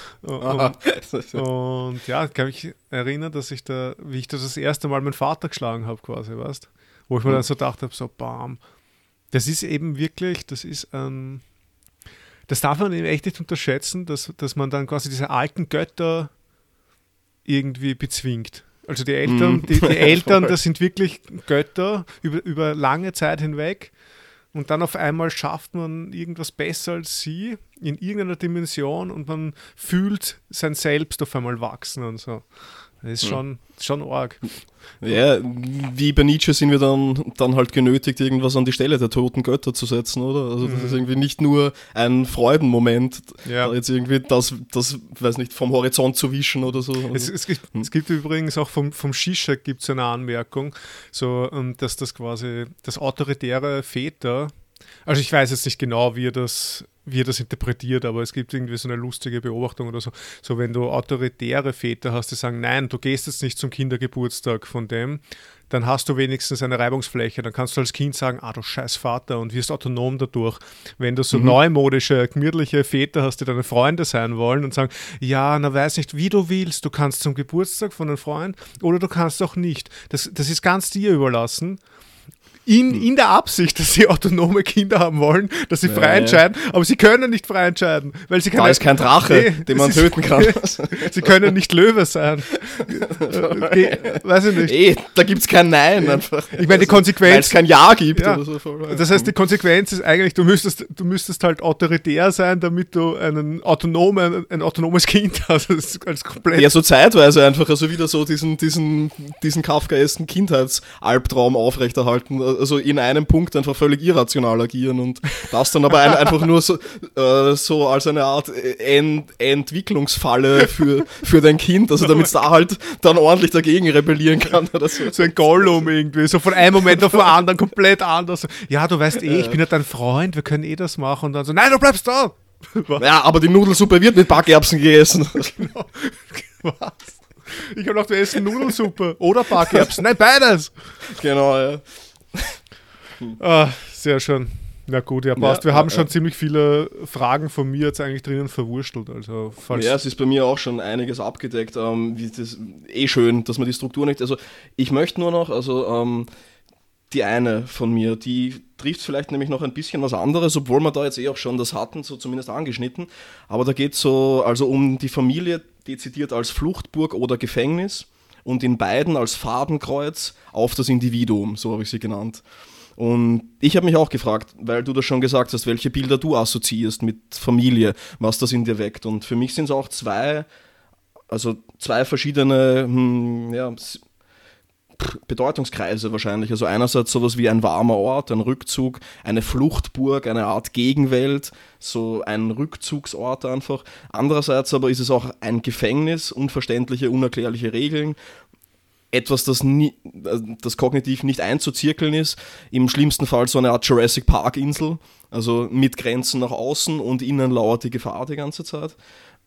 Und, und ja, ich kann mich erinnern, dass ich da, wie ich das das erste Mal meinen Vater geschlagen habe, quasi, weißt, wo ich mir mhm. dann so gedacht habe, so bam, das ist eben wirklich, das ist ein, das darf man eben echt nicht unterschätzen, dass, dass man dann quasi diese alten Götter irgendwie bezwingt. Also die Eltern, mhm. die, die Eltern, das sind wirklich Götter über, über lange Zeit hinweg. Und dann auf einmal schafft man irgendwas besser als sie in irgendeiner Dimension und man fühlt sein Selbst auf einmal wachsen und so. Das ist schon, schon arg. Ja, wie bei Nietzsche sind wir dann, dann halt genötigt, irgendwas an die Stelle der toten Götter zu setzen, oder? Also das mhm. ist irgendwie nicht nur ein Freudenmoment, ja. da jetzt irgendwie das, das, weiß nicht, vom Horizont zu wischen oder so. Es, es, gibt, hm. es gibt übrigens auch vom, vom Zizek gibt es eine Anmerkung, so, dass das quasi das autoritäre Väter, also ich weiß jetzt nicht genau, wie er das wie er das interpretiert, aber es gibt irgendwie so eine lustige Beobachtung oder so. So, wenn du autoritäre Väter hast, die sagen, nein, du gehst jetzt nicht zum Kindergeburtstag von dem, dann hast du wenigstens eine Reibungsfläche. Dann kannst du als Kind sagen, ah, du scheiß Vater und wirst autonom dadurch. Wenn du so mhm. neumodische, gemütliche Väter hast, die deine Freunde sein wollen und sagen, ja, na weiß nicht, wie du willst, du kannst zum Geburtstag von einem Freund oder du kannst auch nicht. Das, das ist ganz dir überlassen. In, in der Absicht, dass sie autonome Kinder haben wollen, dass sie frei entscheiden, aber sie können nicht frei entscheiden, weil sie da ist kein Drache, nee, den man ist, töten kann. Sie können nicht Löwe sein. Ge, weiß ich nicht. Eh, da gibt es kein Nein einfach. Ich meine, die Konsequenz... Weil es kein Ja gibt. Ja. Oder so. Das heißt, die Konsequenz ist eigentlich, du müsstest, du müsstest halt autoritär sein, damit du einen autonomen, ein autonomes Kind hast. Das ist als komplett ja, so zeitweise einfach, also wieder so diesen, diesen, diesen kafkaesken Kindheitsalbtraum aufrechterhalten. Also in einem Punkt einfach völlig irrational agieren und das dann aber ein, einfach nur so, äh, so als eine Art Ent- Entwicklungsfalle für, für dein Kind, also damit es da halt dann ordentlich dagegen rebellieren kann. Oder so. So ein Gollum irgendwie, so von einem Moment auf den anderen komplett anders. Ja, du weißt eh, ich bin ja dein Freund, wir können eh das machen und dann so, nein, du bleibst da! Was? Ja, aber die Nudelsuppe wird mit Backerbsen gegessen. Genau. Was? Ich habe gedacht, wir essen Nudelsuppe oder Backerbsen. Nein, beides! Genau, ja. Ah, sehr schön. Na gut, ja, passt. Ja, Wir haben ja, schon ja. ziemlich viele Fragen von mir jetzt eigentlich drinnen verwurstelt. Also, falls Ja, es ist bei mir auch schon einiges abgedeckt. Ähm, wie das, eh schön, dass man die Struktur nicht. Also ich möchte nur noch, also ähm, die eine von mir, die trifft vielleicht nämlich noch ein bisschen was anderes, obwohl wir da jetzt eh auch schon das hatten, so zumindest angeschnitten. Aber da geht es so also um die Familie dezidiert als Fluchtburg oder Gefängnis und in beiden als Fadenkreuz auf das Individuum, so habe ich sie genannt. Und ich habe mich auch gefragt, weil du das schon gesagt hast, welche Bilder du assoziierst mit Familie, was das in dir weckt. Und für mich sind es auch zwei, also zwei verschiedene hm, ja, s- pff, Bedeutungskreise wahrscheinlich. Also einerseits sowas wie ein warmer Ort, ein Rückzug, eine Fluchtburg, eine Art Gegenwelt, so ein Rückzugsort einfach. Andererseits aber ist es auch ein Gefängnis, unverständliche, unerklärliche Regeln, etwas, das, nie, das kognitiv nicht einzuzirkeln ist. Im schlimmsten Fall so eine Art Jurassic Park-Insel, also mit Grenzen nach außen und innen lauert die Gefahr die ganze Zeit.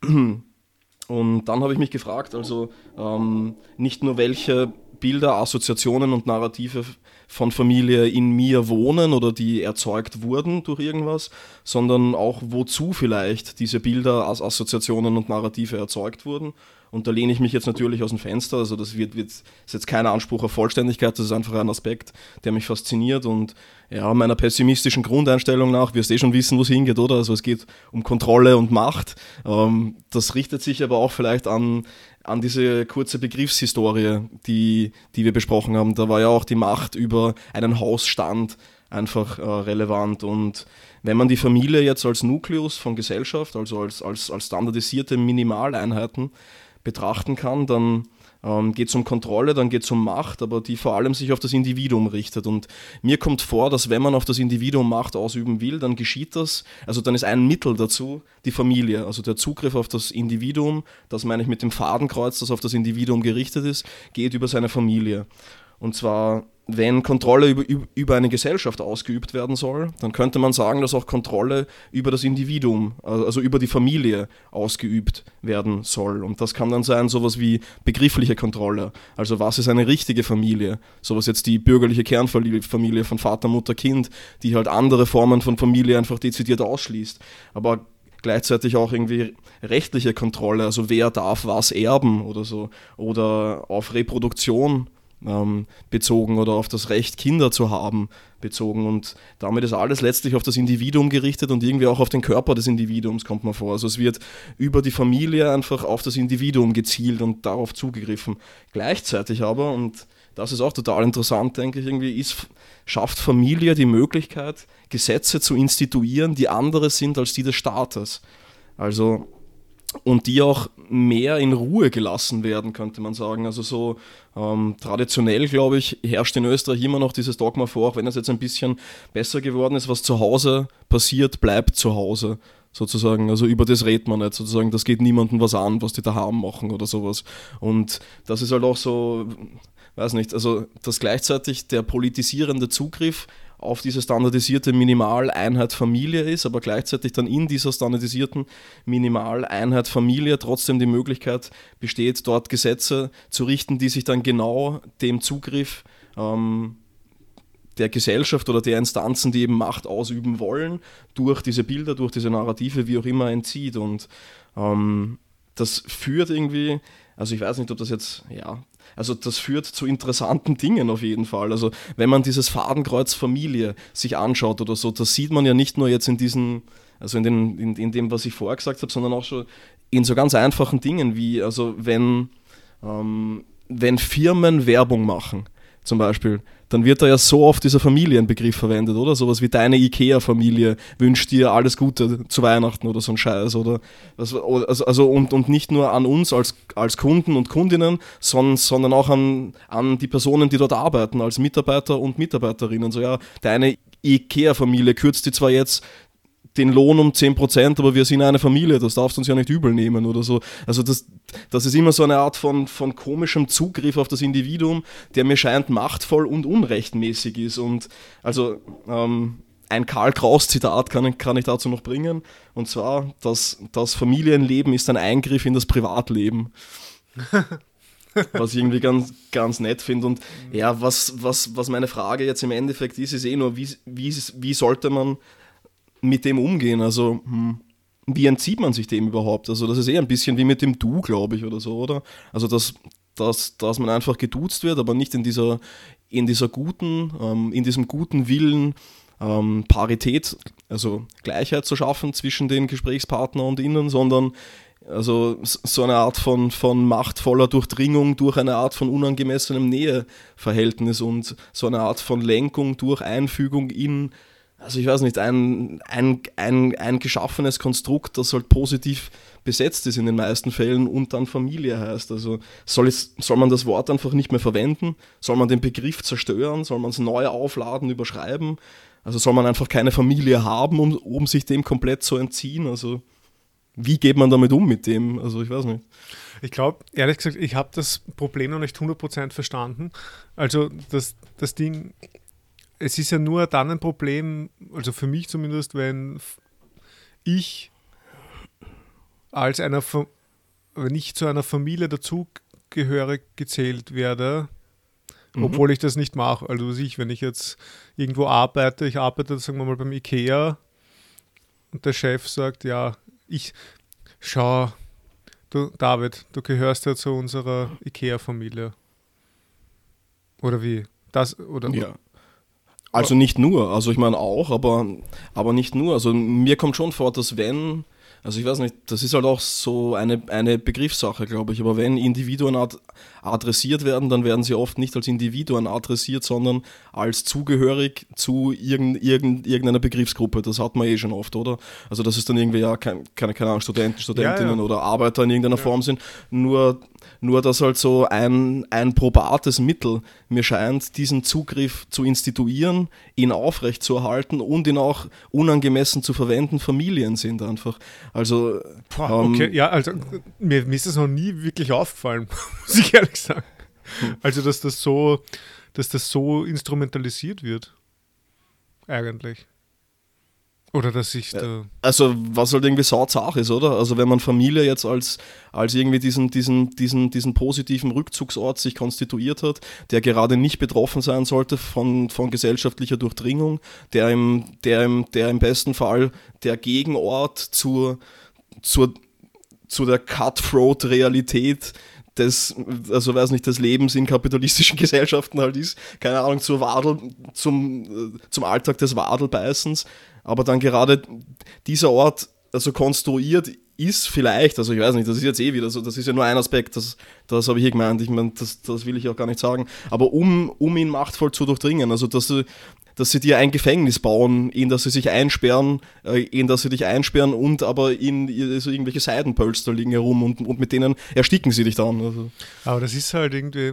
Und dann habe ich mich gefragt, also ähm, nicht nur welche Bilder, Assoziationen und Narrative von Familie in mir wohnen oder die erzeugt wurden durch irgendwas, sondern auch wozu vielleicht diese Bilder, As- Assoziationen und Narrative erzeugt wurden. Und da lehne ich mich jetzt natürlich aus dem Fenster, also das wird, wird, ist jetzt kein Anspruch auf Vollständigkeit, das ist einfach ein Aspekt, der mich fasziniert und ja, meiner pessimistischen Grundeinstellung nach, wirst eh schon wissen, wo es hingeht, oder? Also es geht um Kontrolle und Macht. Ähm, das richtet sich aber auch vielleicht an, an diese kurze Begriffshistorie, die, die wir besprochen haben. Da war ja auch die Macht über einen Hausstand einfach äh, relevant. Und wenn man die Familie jetzt als Nukleus von Gesellschaft, also als, als, als standardisierte Minimaleinheiten betrachten kann, dann ähm, geht es um Kontrolle, dann geht es um Macht, aber die vor allem sich auf das Individuum richtet. Und mir kommt vor, dass wenn man auf das Individuum Macht ausüben will, dann geschieht das, also dann ist ein Mittel dazu die Familie, also der Zugriff auf das Individuum, das meine ich mit dem Fadenkreuz, das auf das Individuum gerichtet ist, geht über seine Familie. Und zwar, wenn Kontrolle über, über eine Gesellschaft ausgeübt werden soll, dann könnte man sagen, dass auch Kontrolle über das Individuum, also über die Familie ausgeübt werden soll. Und das kann dann sein sowas wie begriffliche Kontrolle. Also was ist eine richtige Familie? Sowas jetzt die bürgerliche Kernfamilie von Vater, Mutter, Kind, die halt andere Formen von Familie einfach dezidiert ausschließt. Aber gleichzeitig auch irgendwie rechtliche Kontrolle, also wer darf was erben oder so. Oder auf Reproduktion Ähm, bezogen oder auf das Recht, Kinder zu haben, bezogen. Und damit ist alles letztlich auf das Individuum gerichtet und irgendwie auch auf den Körper des Individuums, kommt man vor. Also es wird über die Familie einfach auf das Individuum gezielt und darauf zugegriffen. Gleichzeitig aber, und das ist auch total interessant, denke ich, irgendwie ist, schafft Familie die Möglichkeit, Gesetze zu instituieren, die andere sind als die des Staates. Also und die auch mehr in Ruhe gelassen werden, könnte man sagen. Also so ähm, traditionell, glaube ich, herrscht in Österreich immer noch dieses Dogma vor, auch wenn es jetzt ein bisschen besser geworden ist, was zu Hause passiert, bleibt zu Hause, sozusagen. Also über das redet man nicht, sozusagen, das geht niemandem was an, was die daheim machen oder sowas. Und das ist halt auch so, weiß nicht, also dass gleichzeitig der politisierende Zugriff auf diese standardisierte Minimaleinheit Familie ist, aber gleichzeitig dann in dieser standardisierten Minimaleinheit Familie trotzdem die Möglichkeit besteht, dort Gesetze zu richten, die sich dann genau dem Zugriff ähm, der Gesellschaft oder der Instanzen, die eben Macht ausüben wollen, durch diese Bilder, durch diese Narrative, wie auch immer, entzieht. Und ähm, das führt irgendwie, also ich weiß nicht, ob das jetzt, ja, also das führt zu interessanten Dingen auf jeden Fall. Also wenn man dieses Fadenkreuz Familie sich anschaut oder so, das sieht man ja nicht nur jetzt in diesen, also in, den, in, in dem, was ich vorher gesagt habe, sondern auch schon in so ganz einfachen Dingen wie, also wenn, ähm, wenn Firmen Werbung machen, zum Beispiel, dann wird da ja so oft dieser Familienbegriff verwendet, oder? Sowas wie deine IKEA-Familie wünscht dir alles Gute zu Weihnachten oder so ein Scheiß, oder? Also, also und, und nicht nur an uns als, als Kunden und Kundinnen, sondern, sondern auch an, an die Personen, die dort arbeiten, als Mitarbeiter und Mitarbeiterinnen. So, ja, deine IKEA-Familie kürzt die zwar jetzt den Lohn um zehn Prozent, aber wir sind eine Familie, das darfst du uns ja nicht übel nehmen oder so. Also das, das ist immer so eine Art von, von komischem Zugriff auf das Individuum, der mir scheint machtvoll und unrechtmäßig ist. Und also ähm, ein Karl Kraus-Zitat kann, kann ich dazu noch bringen, und zwar, dass das Familienleben ist ein Eingriff in das Privatleben. was ich irgendwie ganz, ganz nett finde. Und ja, was, was, was meine Frage jetzt im Endeffekt ist, ist eh nur, wie, wie, wie sollte man mit dem umgehen? Also, hm, wie entzieht man sich dem überhaupt? Also, das ist eh ein bisschen wie mit dem Du, glaube ich, oder so, oder? Also, dass, dass, dass man einfach geduzt wird, aber nicht in dieser, in dieser guten, ähm, in diesem guten Willen, ähm, Parität, also Gleichheit zu schaffen zwischen den Gesprächspartner und ihnen, sondern also so eine Art von, von machtvoller Durchdringung durch eine Art von unangemessenem Näheverhältnis und so eine Art von Lenkung durch Einfügung in, also ich weiß nicht, ein, ein, ein, ein geschaffenes Konstrukt, das halt positiv besetzt ist in den meisten Fällen und dann Familie heißt. Also soll, es, soll man das Wort einfach nicht mehr verwenden? Soll man den Begriff zerstören? Soll man es neu aufladen, überschreiben? Also soll man einfach keine Familie haben, um, um sich dem komplett zu entziehen? Also wie geht man damit um mit dem? Also ich weiß nicht. Ich glaube, ehrlich gesagt, ich habe das Problem noch nicht hundert Prozent verstanden. Also das, das Ding, es ist ja nur dann ein Problem, also für mich zumindest, wenn ich als einer, wenn ich zu einer Familie dazugehörig gezählt werde, mhm. obwohl ich das nicht mache. Also ich, wenn ich jetzt irgendwo arbeite, ich arbeite, sagen wir mal, beim IKEA und der Chef sagt, ja, ich, schau, du, David, du gehörst ja zu unserer IKEA-Familie. Oder wie? Das, oder, ja. Also nicht nur, also ich meine auch, aber, aber nicht nur. Also mir kommt schon vor, dass wenn, also ich weiß nicht, das ist halt auch so eine, eine Begriffssache, glaube ich, aber wenn Individuen ad- adressiert werden, dann werden sie oft nicht als Individuen adressiert, sondern als zugehörig zu irgend, irgend, irgendeiner Begriffsgruppe. Das hat man eh schon oft, oder? Also das ist dann irgendwie, ja, keine, keine Ahnung, Studenten, Studentinnen ja, ja. oder Arbeiter in irgendeiner ja. Form sind, nur, nur dass halt so ein, ein probates Mittel mir scheint, diesen Zugriff zu instituieren, ihn aufrechtzuerhalten und ihn auch unangemessen zu verwenden, Familien sind einfach. Also, Boah, okay, ähm, ja, also mir, mir ist das noch nie wirklich aufgefallen, muss ich ehrlich sagen. Also, dass das so, dass das so instrumentalisiert wird, eigentlich. Oder dass ich da... Also, was halt irgendwie sauzach ist, oder? Also, wenn man Familie jetzt als, als irgendwie diesen, diesen, diesen, diesen positiven Rückzugsort sich konstituiert hat, der gerade nicht betroffen sein sollte von, von gesellschaftlicher Durchdringung, der im, der, im, der im besten Fall der Gegenort zur, zur, zu der Cutthroat-Realität des, also weiß nicht, des Lebens in kapitalistischen Gesellschaften halt ist, keine Ahnung, zur Wadel, zum, zum Alltag des Wadelbeißens, aber dann gerade dieser Ort also konstruiert ist vielleicht, also ich weiß nicht, das ist jetzt eh wieder so, das ist ja nur ein Aspekt, das, das habe ich hier gemeint, ich meine, das, das will ich auch gar nicht sagen, aber um, um ihn machtvoll zu durchdringen, also dass sie, dass sie dir ein Gefängnis bauen, in das sie sich einsperren, äh, in das sie dich einsperren und aber in so irgendwelche Seidenpölster liegen herum und, und mit denen ersticken sie dich dann. Also. Aber das ist halt irgendwie,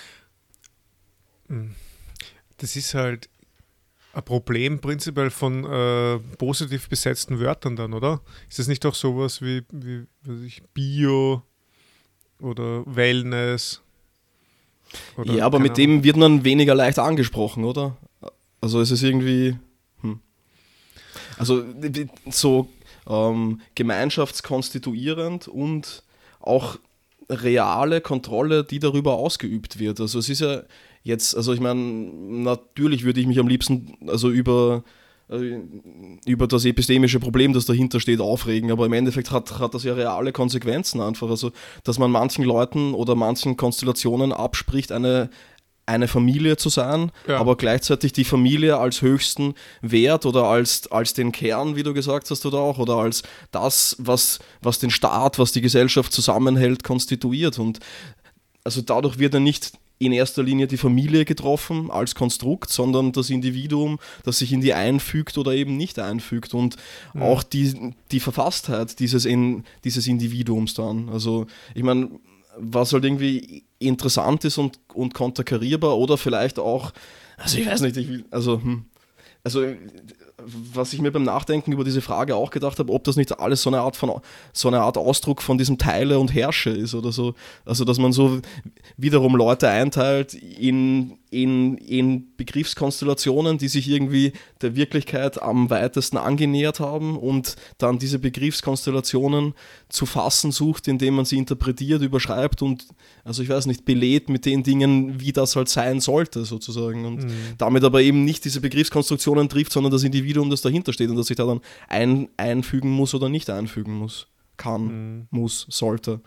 das ist halt ein Problem prinzipiell von äh, positiv besetzten Wörtern dann, oder? Ist das nicht auch sowas wie, wie weiß ich, Bio oder Wellness? Oder, ja, aber mit Ahnung. Dem wird man weniger leicht angesprochen, oder? Also es ist irgendwie, hm. also so ähm, gemeinschaftskonstituierend und auch reale Kontrolle, die darüber ausgeübt wird. Also es ist ja jetzt, also ich meine, natürlich würde ich mich am liebsten also über, äh, über das epistemische Problem, das dahinter steht, aufregen, aber im Endeffekt hat, hat das ja reale Konsequenzen einfach. Also dass man manchen Leuten oder manchen Konstellationen abspricht, eine eine Familie zu sein, ja. aber gleichzeitig die Familie als höchsten Wert oder als, als den Kern, wie du gesagt hast, oder auch, oder als das, was, was den Staat, was die Gesellschaft zusammenhält, konstituiert. Und also dadurch wird ja nicht in erster Linie die Familie getroffen als Konstrukt, sondern das Individuum, das sich in die einfügt oder eben nicht einfügt und mhm. auch die, die Verfasstheit dieses, in, dieses Individuums dann. Also ich meine, was halt irgendwie interessant ist und, und konterkarierbar oder vielleicht auch, also ich weiß nicht, ich will, also, hm, also was ich mir beim Nachdenken über diese Frage auch gedacht habe, ob das nicht alles so eine Art von so eine Art Ausdruck von diesem Teile und Herrsche ist oder so. Also dass man so wiederum Leute einteilt in, in, in Begriffskonstellationen, die sich irgendwie der Wirklichkeit am weitesten angenähert haben und dann diese Begriffskonstellationen zu fassen sucht, indem man sie interpretiert, überschreibt und, also ich weiß nicht, belädt mit den Dingen, wie das halt sein sollte sozusagen und mhm. damit aber eben nicht diese Begriffskonstruktionen trifft, sondern das Individuum, das dahinter steht und das sich da dann ein, einfügen muss oder nicht einfügen muss, kann, mhm. muss, sollte.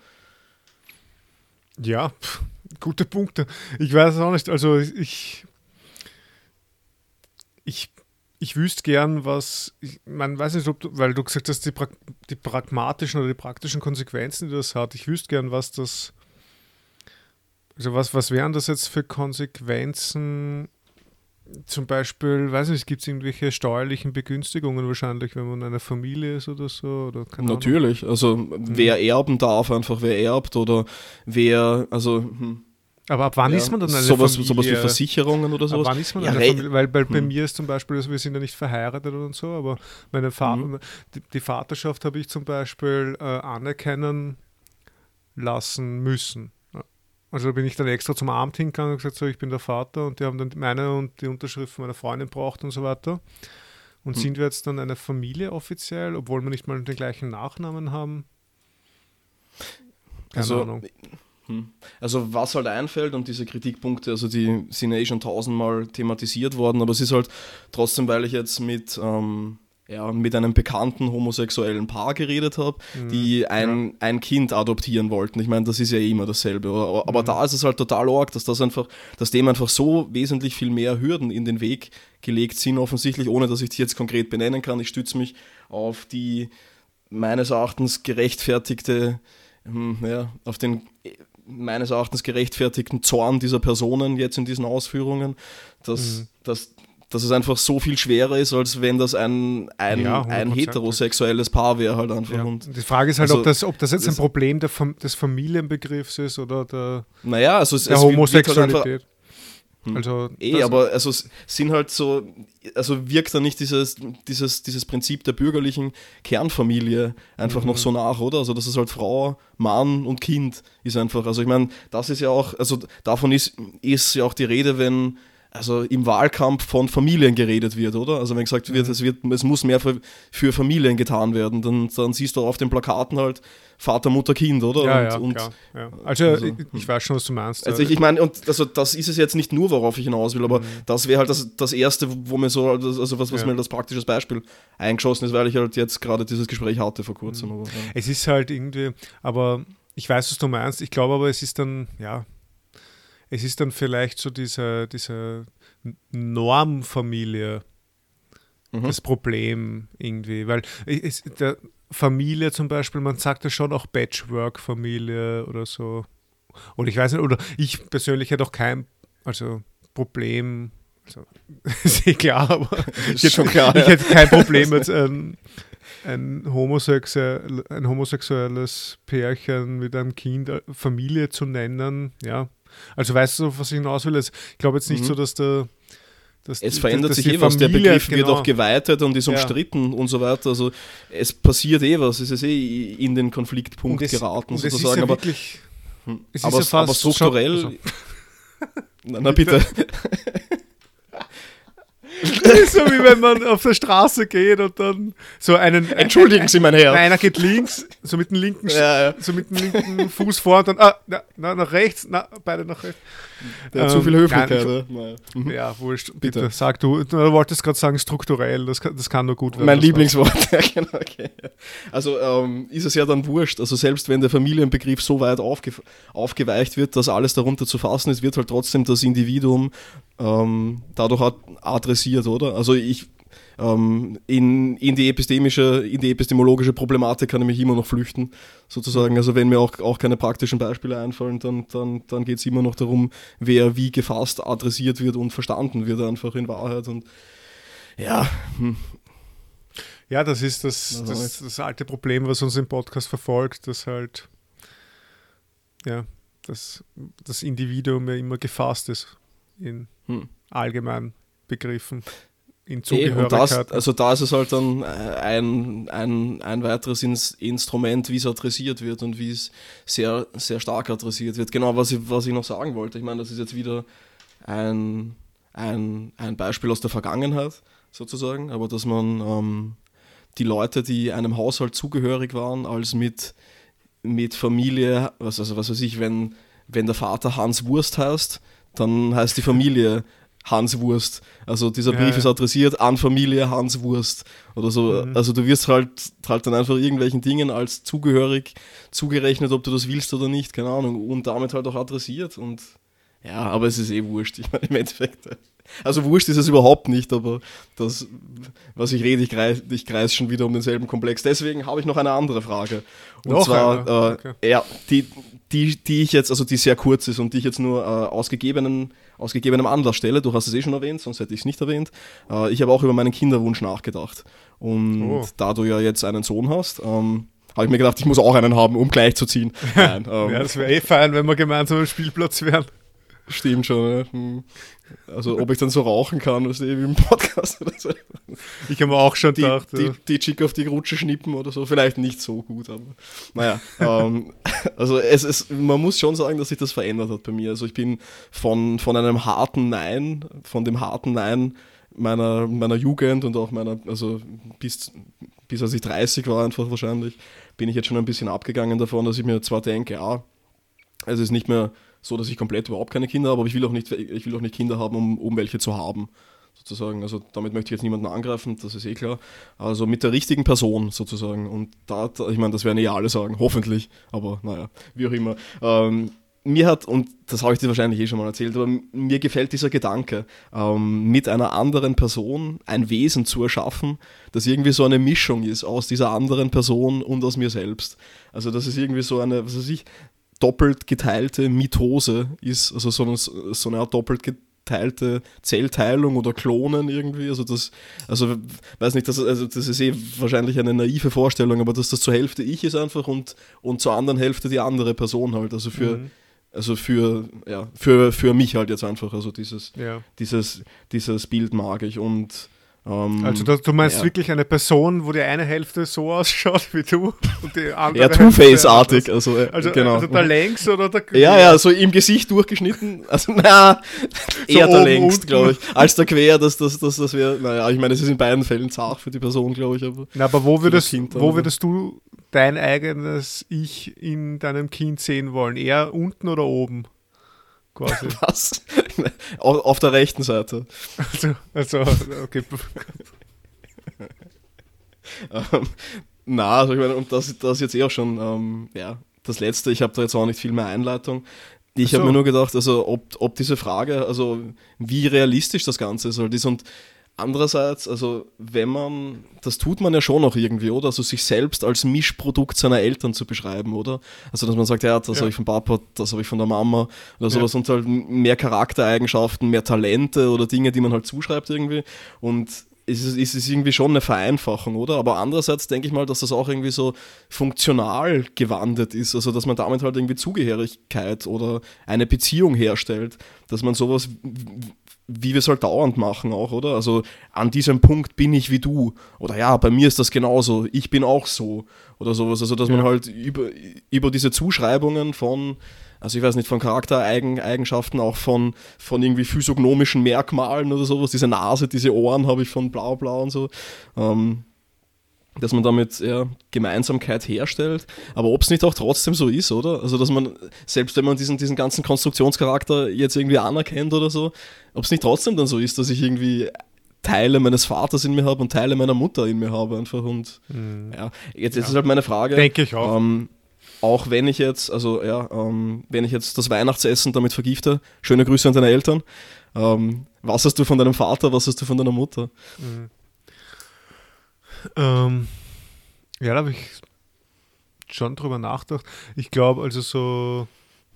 Ja, pff, gute Punkte. Ich weiß auch nicht, also ich ich, ich wüsste gern, was, ich, man weiß nicht, ob du, weil du gesagt hast, die, pra- die pragmatischen oder die praktischen Konsequenzen, die das hat, ich wüsste gern, was das, also was, was wären das jetzt für Konsequenzen? Zum Beispiel, weiß nicht, gibt es irgendwelche steuerlichen Begünstigungen wahrscheinlich, wenn man eine Familie ist oder so? Oder keine Natürlich, Ahnung. Also mhm. wer erben darf, einfach wer erbt oder wer, also... Hm. Aber ab wann ja, ist man dann eine sowas, Familie? Sowas wie Versicherungen oder sowas? Ab wann ist man ja, eine hey. Familie? Weil bei, bei hm. mir ist zum Beispiel, also wir sind ja nicht verheiratet und so, aber meine Va- hm. die, die Vaterschaft habe ich zum Beispiel äh, anerkennen lassen müssen. Also da bin ich dann extra zum Amt hingegangen und gesagt, so, ich bin der Vater und die haben dann meine und die Unterschrift meiner Freundin braucht und so weiter. Und hm. sind wir jetzt dann eine Familie offiziell, obwohl wir nicht mal den gleichen Nachnamen haben? Keine also, Ahnung. Also was halt einfällt und diese Kritikpunkte, also die sind ja eh schon tausendmal thematisiert worden, aber es ist halt trotzdem, weil ich jetzt mit... Ähm, ja, mit einem bekannten homosexuellen Paar geredet habe, mhm, die ein, ja. ein Kind adoptieren wollten. Ich meine, das ist ja eh immer dasselbe. Oder? Aber mhm. da ist es halt total arg, dass das einfach, dass dem einfach so wesentlich viel mehr Hürden in den Weg gelegt sind, offensichtlich, ohne dass ich die jetzt konkret benennen kann. Ich stütze mich auf die meines Erachtens gerechtfertigte, hm, ja, auf den meines Erachtens gerechtfertigten Zorn dieser Personen jetzt in diesen Ausführungen, dass, mhm. dass dass es einfach so viel schwerer ist, als wenn das ein, ein, ja, ein heterosexuelles Paar wäre halt einfach. Ja. Und die Frage ist halt, also, ob, das, ob das jetzt das ein Problem der, des Familienbegriffs ist oder der, naja, also es, der es Homosexualität. Halt hm. Also eh, aber also es sind halt so, also wirkt da nicht dieses, dieses, dieses Prinzip der bürgerlichen Kernfamilie einfach mhm. noch so nach, oder? Also das ist halt Frau, Mann und Kind ist einfach, also ich meine, das ist ja auch, also davon ist, ist ja auch die Rede, wenn also im Wahlkampf von Familien geredet wird, oder? Also wenn gesagt wird, mhm. es, wird, es muss mehr für, für Familien getan werden, dann, dann siehst du auf den Plakaten halt Vater, Mutter, Kind, oder? Ja, und, ja, und, klar, ja. Also, also ich, ich weiß schon, was du meinst. Also ich, ich meine, und also das ist es jetzt nicht nur, worauf ich hinaus will, aber mhm. das wäre halt das, das Erste, wo mir so, also was, was ja. mir als praktisches Beispiel eingeschossen ist, weil ich halt jetzt gerade dieses Gespräch hatte vor kurzem. Mhm. Aber, ja. Es ist halt irgendwie, aber ich weiß, was du meinst, ich glaube aber, es ist dann, ja, es ist dann vielleicht so diese, diese Normfamilie mhm. das Problem irgendwie, weil es, der Familie zum Beispiel, man sagt ja schon auch Patchwork-Familie oder so. Oder ich weiß nicht, oder ich persönlich hätte auch kein also Problem, also, ist eh klar, aber ich, hätte, klar, ich ja. hätte kein Problem mit ähm, ein, homosexuell, ein homosexuelles Pärchen mit einem Kind Familie zu nennen, ja. Also weißt du, was ich hinaus will? Ich glaube jetzt nicht mhm. so, dass der dass Es die, verändert dass sich die eh was, der Familie, Begriff genau. wird auch geweitet und ist ja. umstritten und so weiter. Also es passiert eh was, es ist eh in den Konfliktpunkt es, geraten sozusagen. Ist ja aber, wirklich, es aber, ist ja aber strukturell. Schon, also. na, na bitte. Das ist so wie wenn man auf der Straße geht und dann so einen... Entschuldigen Sie, mein Herr. Einer geht links, so mit dem linken, ja, ja. So mit dem linken Fuß vor und dann ah, na, na, nach rechts, na, beide nach rechts. Der hat ähm, zu viel Höflichkeit. Nein, ich, ja, wurscht. Bitte, bitte. Sag du. Du wolltest gerade sagen strukturell, das kann, das kann nur gut werden. Mein Lieblingswort, ja genau. Okay. Also ähm, ist es ja dann wurscht, also selbst wenn der Familienbegriff so weit aufge, aufgeweicht wird, dass alles darunter zu fassen ist, wird halt trotzdem das Individuum ähm, dadurch adressiert, oder? Also ich ähm, in, in die epistemische, in die epistemologische Problematik kann ich mich immer noch flüchten, sozusagen. Also wenn mir auch, auch keine praktischen Beispiele einfallen, dann, dann, dann geht es immer noch darum, wer wie gefasst adressiert wird und verstanden wird einfach in Wahrheit. Und ja. Hm. Ja, das ist das, das, das alte Problem, was uns im Podcast verfolgt, dass halt ja, dass das Individuum ja immer gefasst ist in hm. allgemeinen Begriffen. in Eh, Zugehörigkeit. und das, also da ist es halt dann ein, ein, ein weiteres Ins Instrument, wie es adressiert wird und wie es sehr, sehr stark adressiert wird. Genau, was ich, was ich noch sagen wollte. Ich meine, das ist jetzt wieder ein, ein, ein Beispiel aus der Vergangenheit sozusagen, aber dass man ähm, die Leute, die einem Haushalt zugehörig waren, als mit, mit Familie, was, also was weiß ich, wenn, wenn der Vater Hans Wurst heißt, dann heißt die Familie Hans Wurst. Also dieser Brief Ja. ist adressiert an Familie Hans Wurst oder so. Mhm. Also du wirst halt, halt dann einfach irgendwelchen Dingen als zugehörig zugerechnet, ob du das willst oder nicht, keine Ahnung. Und damit halt auch adressiert. Und ja, aber es ist eh wurscht. Ich meine, im Endeffekt. Also wurscht ist es überhaupt nicht, aber das, was ich rede, ich kreise ich kreis schon wieder um denselben Komplex. Deswegen habe ich noch eine andere Frage. Und Noch zwar, eine? äh, Okay. ja, die, die, die ich jetzt, also die sehr kurz ist und die ich jetzt nur äh, aus, gegebenen, aus gegebenem Anlass stelle. Du hast es eh schon erwähnt, sonst hätte ich es nicht erwähnt. Äh, ich habe auch über meinen Kinderwunsch nachgedacht. Und Oh. da du ja jetzt einen Sohn hast, ähm, habe ich mir gedacht, ich muss auch einen haben, um gleich zu ziehen. Nein, ähm, Ja, das wäre eh fein, wenn wir gemeinsam am Spielplatz wären. Stimmt schon, ne? Hm. Also ob ich dann so rauchen kann, was wie im Podcast oder so. Ich habe mir auch schon Die, gedacht. die, ja. die Chick auf die Rutsche schnippen oder so, vielleicht nicht so gut, aber naja. ähm, also es ist, man muss schon sagen, dass sich das verändert hat bei mir. Also ich bin von, von einem harten Nein, von dem harten Nein meiner, meiner Jugend und auch meiner, also bis, bis als ich dreißig war einfach wahrscheinlich, bin ich jetzt schon ein bisschen abgegangen davon, dass ich mir zwar denke, ja, es ist nicht mehr so, dass ich komplett überhaupt keine Kinder habe, aber ich will auch nicht, ich will auch nicht Kinder haben, um, um welche zu haben, sozusagen. Also damit möchte ich jetzt niemanden angreifen, das ist eh klar. Also mit der richtigen Person sozusagen. Und da, da ich meine, das werden eh alle sagen, hoffentlich, aber naja, wie auch immer. Ähm, mir hat, und das habe ich dir wahrscheinlich eh schon mal erzählt, aber mir gefällt dieser Gedanke, ähm, mit einer anderen Person ein Wesen zu erschaffen, das irgendwie so eine Mischung ist aus dieser anderen Person und aus mir selbst. Also das ist irgendwie so eine, was weiß ich, doppelt geteilte Mitose ist, also so eine, so eine Art doppelt geteilte Zellteilung oder Klonen irgendwie, also das, also weiß nicht, das, also das ist eh wahrscheinlich eine naive Vorstellung, aber dass das zur Hälfte ich ist einfach und, und zur anderen Hälfte die andere Person halt, also für, Mhm. also für, ja, für, für mich halt jetzt einfach, also dieses, Ja. dieses, dieses Bild mag ich und ähm, Also du, du meinst ja. wirklich eine Person, wo die eine Hälfte so ausschaut wie du und die andere ja, Hälfte Two-Face-artig, anders. also, äh, Also, genau. also der längs oder der Ja, ja, so im Gesicht durchgeschnitten. Also, naja, eher der oben, längst, unten. glaube ich. Als der quer, das, das, das, das wäre, naja, ich meine, es ist in beiden Fällen zart für die Person, glaube ich. Aber Na, aber wo für würdest, das Kind dann, wo oder? würdest du dein eigenes Ich in deinem Kind sehen wollen? Eher unten oder oben? Quasi. Was? Auf auf der rechten Seite. Also, also okay. Ähm, na, also ich meine, und das, das jetzt eh auch schon, ähm, ja, das Letzte, ich habe da jetzt auch nicht viel mehr Einleitung. Ich Ach so. habe mir nur gedacht, also ob, ob diese Frage, also wie realistisch das Ganze ist halt ist und andererseits, also wenn man, das tut man ja schon noch irgendwie, oder? Also sich selbst als Mischprodukt seiner Eltern zu beschreiben, oder? Also dass man sagt, ja, das Ja. habe ich vom Papa, das habe ich von der Mama oder Ja. sowas und halt mehr Charaktereigenschaften, mehr Talente oder Dinge, die man halt zuschreibt irgendwie und es ist, es ist irgendwie schon eine Vereinfachung, oder? Aber andererseits denke ich mal, dass das auch irgendwie so funktional gewandelt ist, also dass man damit halt irgendwie Zugehörigkeit oder eine Beziehung herstellt, dass man sowas, wie wir es halt dauernd machen auch, oder? Also an diesem Punkt bin ich wie du oder ja, bei mir ist das genauso, ich bin auch so oder sowas, also dass Ja. man halt über, über diese Zuschreibungen von also ich weiß nicht, von Charaktereigenschaften, auch von, von irgendwie physiognomischen Merkmalen oder sowas. Diese Nase, diese Ohren habe ich von blau, blau und so. Ähm, dass man damit ja, Gemeinsamkeit herstellt. Aber ob es nicht auch trotzdem so ist, oder? Also dass man, selbst wenn man diesen, diesen ganzen Konstruktionscharakter jetzt irgendwie anerkennt oder so, ob es nicht trotzdem dann so ist, dass ich irgendwie Teile meines Vaters in mir habe und Teile meiner Mutter in mir habe einfach. Und Mhm. ja, jetzt, jetzt Ja. ist halt meine Frage. Denke ich auch. Ähm, auch wenn ich jetzt, also ja, ähm, wenn ich jetzt das Weihnachtsessen damit vergifte, schöne Grüße an deine Eltern. Ähm, was hast du von deinem Vater, was hast du von deiner Mutter? Mhm. Ähm, ja, da habe ich schon drüber nachgedacht. Ich glaube, also so,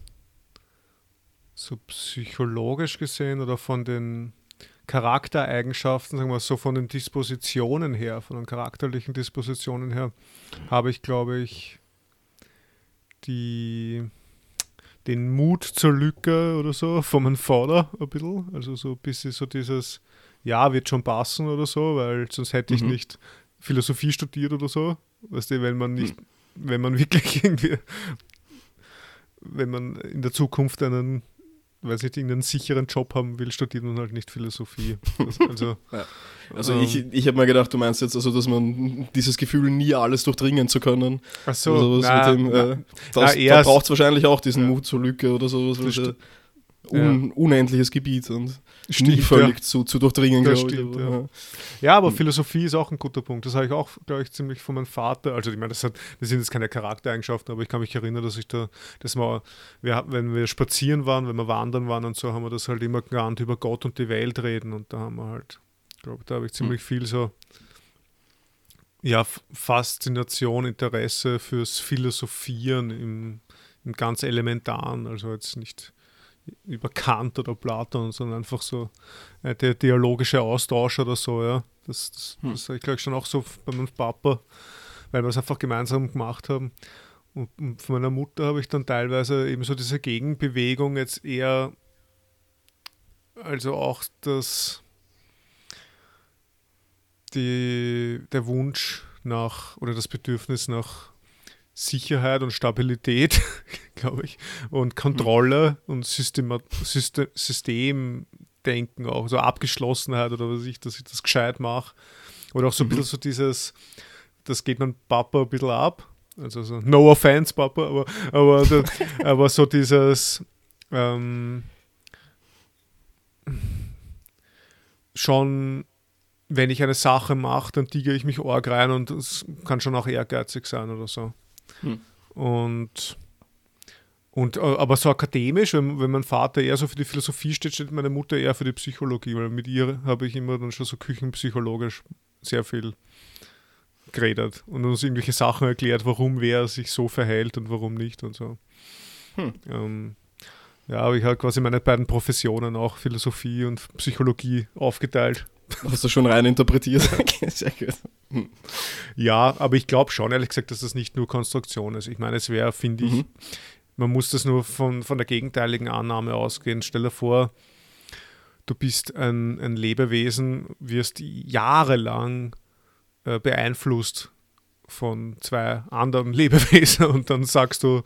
so psychologisch gesehen oder von den Charaktereigenschaften, sagen wir so von den Dispositionen her, von den charakterlichen Dispositionen her, habe ich, glaube ich, die, den Mut zur Lücke oder so von meinem Vater ein bisschen. Also so ein bisschen so dieses, ja, wird schon passen oder so, weil sonst hätte ich Mhm. nicht Philosophie studiert oder so. Weißt du, wenn man nicht, wenn man wirklich irgendwie, wenn man in der Zukunft einen, weiß nicht, irgendeinen sicheren Job haben will, studiert man halt nicht Philosophie. Das, also, Ja. Also ähm, ich, ich habe mir gedacht, du meinst jetzt, also, dass man dieses Gefühl, nie alles durchdringen zu können. ach so, oder sowas na, mit dem, na, äh, das, na, eher da s- braucht es wahrscheinlich auch diesen Ja. Mut zur Lücke oder sowas. Das weil sti- es un, unendliches Gebiet und Stimmt, nie völlig ja. zu, zu durchdringen, Das glaube ich. stimmt, aber, ja. ja. Ja, aber Hm. Philosophie ist auch ein guter Punkt. Das habe ich auch, glaube ich, ziemlich von meinem Vater. Also ich meine, das, hat, das sind jetzt keine Charaktereigenschaften, aber ich kann mich erinnern, dass ich da, dass wir, wir, wenn wir spazieren waren, wenn wir wandern waren und so, haben wir das halt immer gelernt, über Gott und die Welt reden. Und da haben wir halt, ich glaube, da habe ich ziemlich viel so, ja, F- Faszination, Interesse fürs Philosophieren im, im ganz Elementaren. Also jetzt nicht über Kant oder Platon, sondern einfach so äh, der dialogische Austausch oder so, ja. Das, das, Hm. das habe ich glaube ich schon auch so bei meinem Papa, weil wir es einfach gemeinsam gemacht haben. Und, und von meiner Mutter habe ich dann teilweise eben so diese Gegenbewegung jetzt eher, also auch das, die, der Wunsch nach oder das Bedürfnis nach Sicherheit und Stabilität, glaube ich, und Kontrolle und Systema, System, Systemdenken auch, so Abgeschlossenheit oder was weiß ich, dass ich das gescheit mache. Oder auch so ein Mhm. bisschen so dieses, das geht mein Papa ein bisschen ab. Also so, no offense, Papa, aber, aber, da- aber so dieses ähm, schon, wenn ich eine Sache mache, dann tigere ich mich arg rein und es kann schon auch ehrgeizig sein oder so. Hm. Und, und äh, aber so akademisch, wenn, wenn mein Vater eher so für die Philosophie steht, steht meine Mutter eher für die Psychologie, weil mit ihr habe ich immer dann schon so küchenpsychologisch sehr viel geredet und uns irgendwelche Sachen erklärt, warum wer sich so verhält und warum nicht und so. Hm. Ähm, ja, aber ich habe quasi meine beiden Professionen auch Philosophie und Psychologie aufgeteilt. Hast du schon rein interpretiert? Okay, sehr gut. Hm. Ja, aber ich glaube schon, ehrlich gesagt, dass das nicht nur Konstruktion ist. Ich meine, es wäre, finde ich, Mhm. man muss das nur von, von der gegenteiligen Annahme ausgehen. Stell dir vor, du bist ein, ein Lebewesen, wirst jahrelang äh, beeinflusst von zwei anderen Lebewesen und dann sagst du,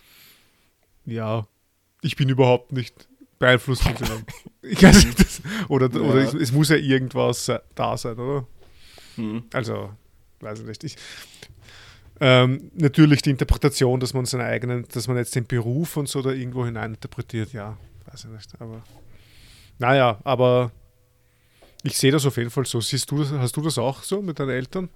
ja, ich bin überhaupt nicht beeinflusst von denen. Ich weiß nicht, das, oder, Ja. oder es, es muss ja irgendwas se- da sein, oder? Hm. Also, weiß ich nicht. Ich, ähm, natürlich die Interpretation, dass man seinen eigenen, dass man jetzt den Beruf und so da irgendwo hinein interpretiert, ja, weiß ich nicht. Aber naja, aber ich sehe das auf jeden Fall so. Siehst du das, hast du das auch so mit deinen Eltern?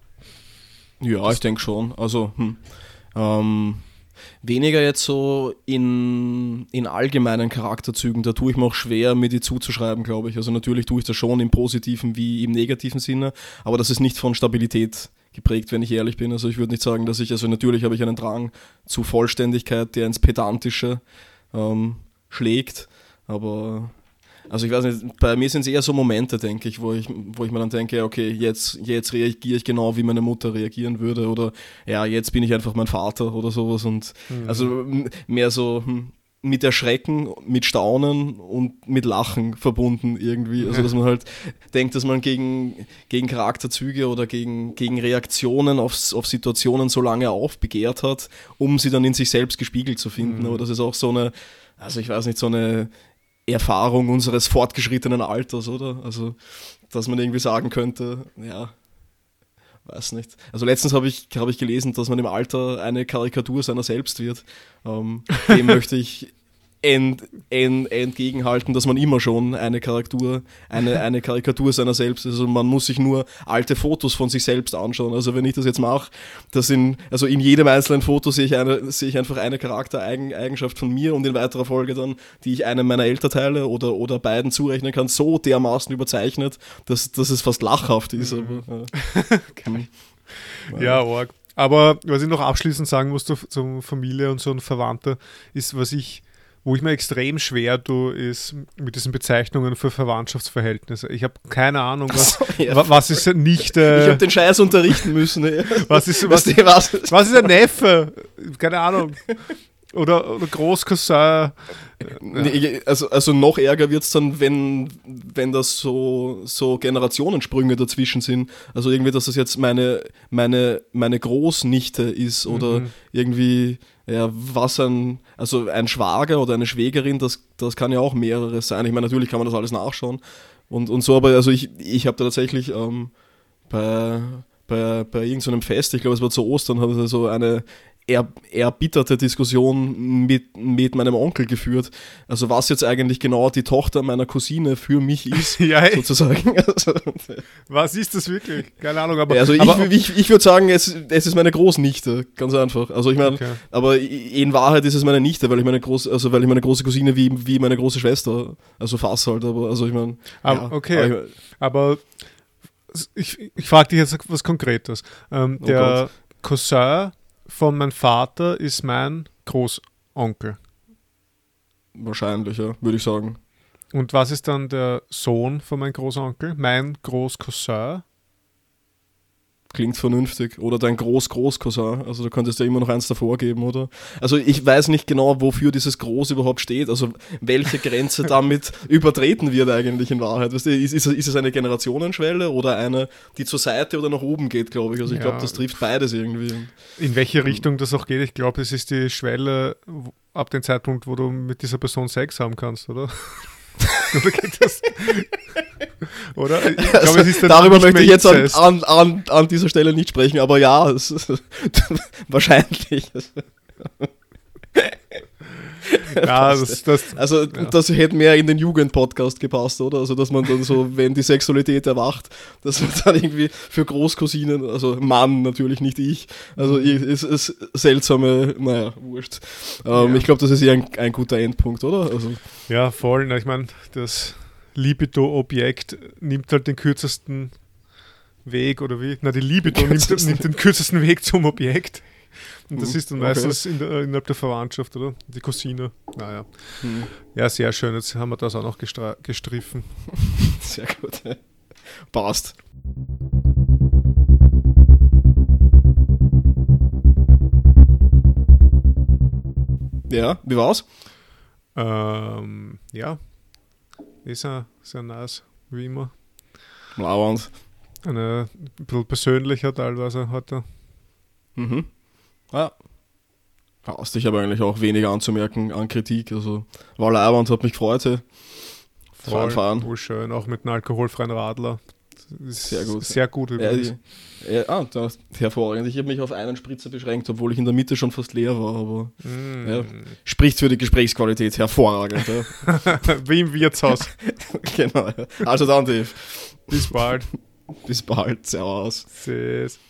Ja, ich denke schon. Also, hm. ähm, weniger jetzt so in, in allgemeinen Charakterzügen. Da tue ich mir auch schwer, mir die zuzuschreiben, glaube ich. Also natürlich tue ich das schon im positiven wie im negativen Sinne, aber das ist nicht von Stabilität geprägt, wenn ich ehrlich bin. Also ich würde nicht sagen, dass ich, also natürlich habe ich einen Drang zu Vollständigkeit, der ins Pedantische ähm, schlägt, aber also ich weiß nicht, bei mir sind es eher so Momente, denke ich, wo ich, wo ich mir dann denke, okay, jetzt, jetzt reagiere ich genau, wie meine Mutter reagieren würde oder ja, jetzt bin ich einfach mein Vater oder sowas und Mhm. also m- mehr so hm, mit Erschrecken, mit Staunen und mit Lachen verbunden irgendwie. Also dass man halt denkt, dass man gegen, gegen Charakterzüge oder gegen, gegen Reaktionen auf, auf Situationen so lange aufbegehrt hat, um sie dann in sich selbst gespiegelt zu finden. Mhm. Aber das ist auch so eine, also ich weiß nicht, so eine Erfahrung unseres fortgeschrittenen Alters, oder? Also, dass man irgendwie sagen könnte, ja, weiß nicht. Also letztens habe ich, hab ich gelesen, dass man im Alter eine Karikatur seiner selbst wird. Ähm, dem möchte ich ent, ent, entgegenhalten, dass man immer schon eine Karikatur, eine, eine Karikatur seiner selbst ist. Also man muss sich nur alte Fotos von sich selbst anschauen. Also wenn ich das jetzt mache, das in, also in jedem einzelnen Foto sehe ich, eine, sehe ich einfach eine Charaktereigenschaft von mir und in weiterer Folge dann, die ich einem meiner Elternteile oder, oder beiden zurechnen kann, so dermaßen überzeichnet, dass, dass es fast lachhaft ist. Mhm. Aber, äh, Geil. Ja, arg. Aber was ich noch abschließend sagen muss zu, zur Familie und so und Verwandte, ist, was ich, wo ich mir extrem schwer tue, ist mit diesen Bezeichnungen für Verwandtschaftsverhältnisse. Ich habe keine Ahnung, was, Ach so, ja. wa- was ist nicht, ich äh, habe den Scheiß unterrichten müssen. Ja. was ist, Was, was, was, was ist ein Neffe? Keine Ahnung. Oder, oder Großcousin. Nee, also, also noch ärger wird es dann, wenn, wenn das so, so Generationensprünge dazwischen sind. Also irgendwie, dass das jetzt meine, meine, meine Großnichte ist oder Mhm. irgendwie, ja, was ein, also ein Schwager oder eine Schwägerin, das, das kann ja auch mehreres sein. Ich meine, natürlich kann man das alles nachschauen und, und so, aber also ich, ich habe da tatsächlich ähm, bei, bei, bei irgendeinem Fest, ich glaube es war zu Ostern, habe ich so eine er, erbitterte Diskussion mit, mit meinem Onkel geführt. Also was jetzt eigentlich genau die Tochter meiner Cousine für mich ist, Ja, ey. sozusagen. Also, Was ist das wirklich? Keine Ahnung, aber. also ich, aber ich, ich würde sagen, es, es ist meine Großnichte, ganz einfach. Also ich meine, Okay. aber in Wahrheit ist es meine Nichte, weil ich meine große, also weil ich meine große Cousine wie, wie meine große Schwester, also fast halt, aber also ich meine. Aber, ja, okay, aber ich, aber ich, ich frage dich jetzt was Konkretes. Ähm, Oh der Cousin von meinem Vater ist mein Großonkel. wahrscheinlich, ja, würde ich sagen. Und was ist dann der Sohn von meinem Großonkel? Mein Großcousin? Klingt vernünftig. Oder dein Groß-Groß-Cousin. Also du könntest ja immer noch eins davor geben, oder? Also ich weiß nicht genau, wofür dieses Groß überhaupt steht. Also welche Grenze damit übertreten wird eigentlich in Wahrheit. Weißt du, ist, ist, ist es eine Generationenschwelle oder eine, die zur Seite oder nach oben geht, glaube ich. Also ich Ja. glaube, das trifft beides irgendwie. In welche Richtung das auch geht, ich glaube, es ist die Schwelle wo- ab dem Zeitpunkt, wo du mit dieser Person Sex haben kannst, oder? Oder geht das? Oder? Ich glaube, Also, es ist dann darüber nicht möchte mehr ich jetzt an, Inzest. an, an, an dieser Stelle nicht sprechen, aber ja, es, wahrscheinlich. Ja, das, das, Also Ja. das hätte mehr in den Jugendpodcast gepasst, oder? Also dass man dann so, wenn die Sexualität erwacht, dass man dann irgendwie für Großcousinen, also Mann natürlich, nicht ich, also ich- es ist seltsame, naja, wurscht. Ähm, Ja. Ich glaube, das ist eher ein, ein guter Endpunkt, oder? Also, ja, voll. Na, ich meine, das Libido-Objekt nimmt halt den kürzesten Weg, oder wie? Na, die Libido nimmt, Kürzesten. nimmt den kürzesten Weg zum Objekt. Und das Hm, ist dann okay. meistens in der, innerhalb der Verwandtschaft, oder? Die Cousine. Naja. hm, Ja, sehr schön. Jetzt haben wir das auch noch gestra- gestriffen. sehr gut. Passt. Ja, wie war's? Ähm, ja. Ist ja sehr nice, wie immer. Lauernd. Eine ein bisschen persönlicher teilweise heute. Mhm. Ja. Passt. Ich habe eigentlich auch weniger anzumerken an Kritik. Also war leider und hat mich gefreut. Hey. Fahren, fahren. Voll schön, auch mit einem alkoholfreien Radler. Das ist Sehr gut. Sehr gut Ja, übrigens. die, ja, ah, das, hervorragend. Ich habe mich auf einen Spritzer beschränkt, obwohl ich in der Mitte schon fast leer war. Aber Mm. ja. Spricht für die Gesprächsqualität. Hervorragend. Ja. Wie im Wirtshaus. Genau. Ja. Also dann, Dave. Bis bald. Bis bald. Servus. Tschüss.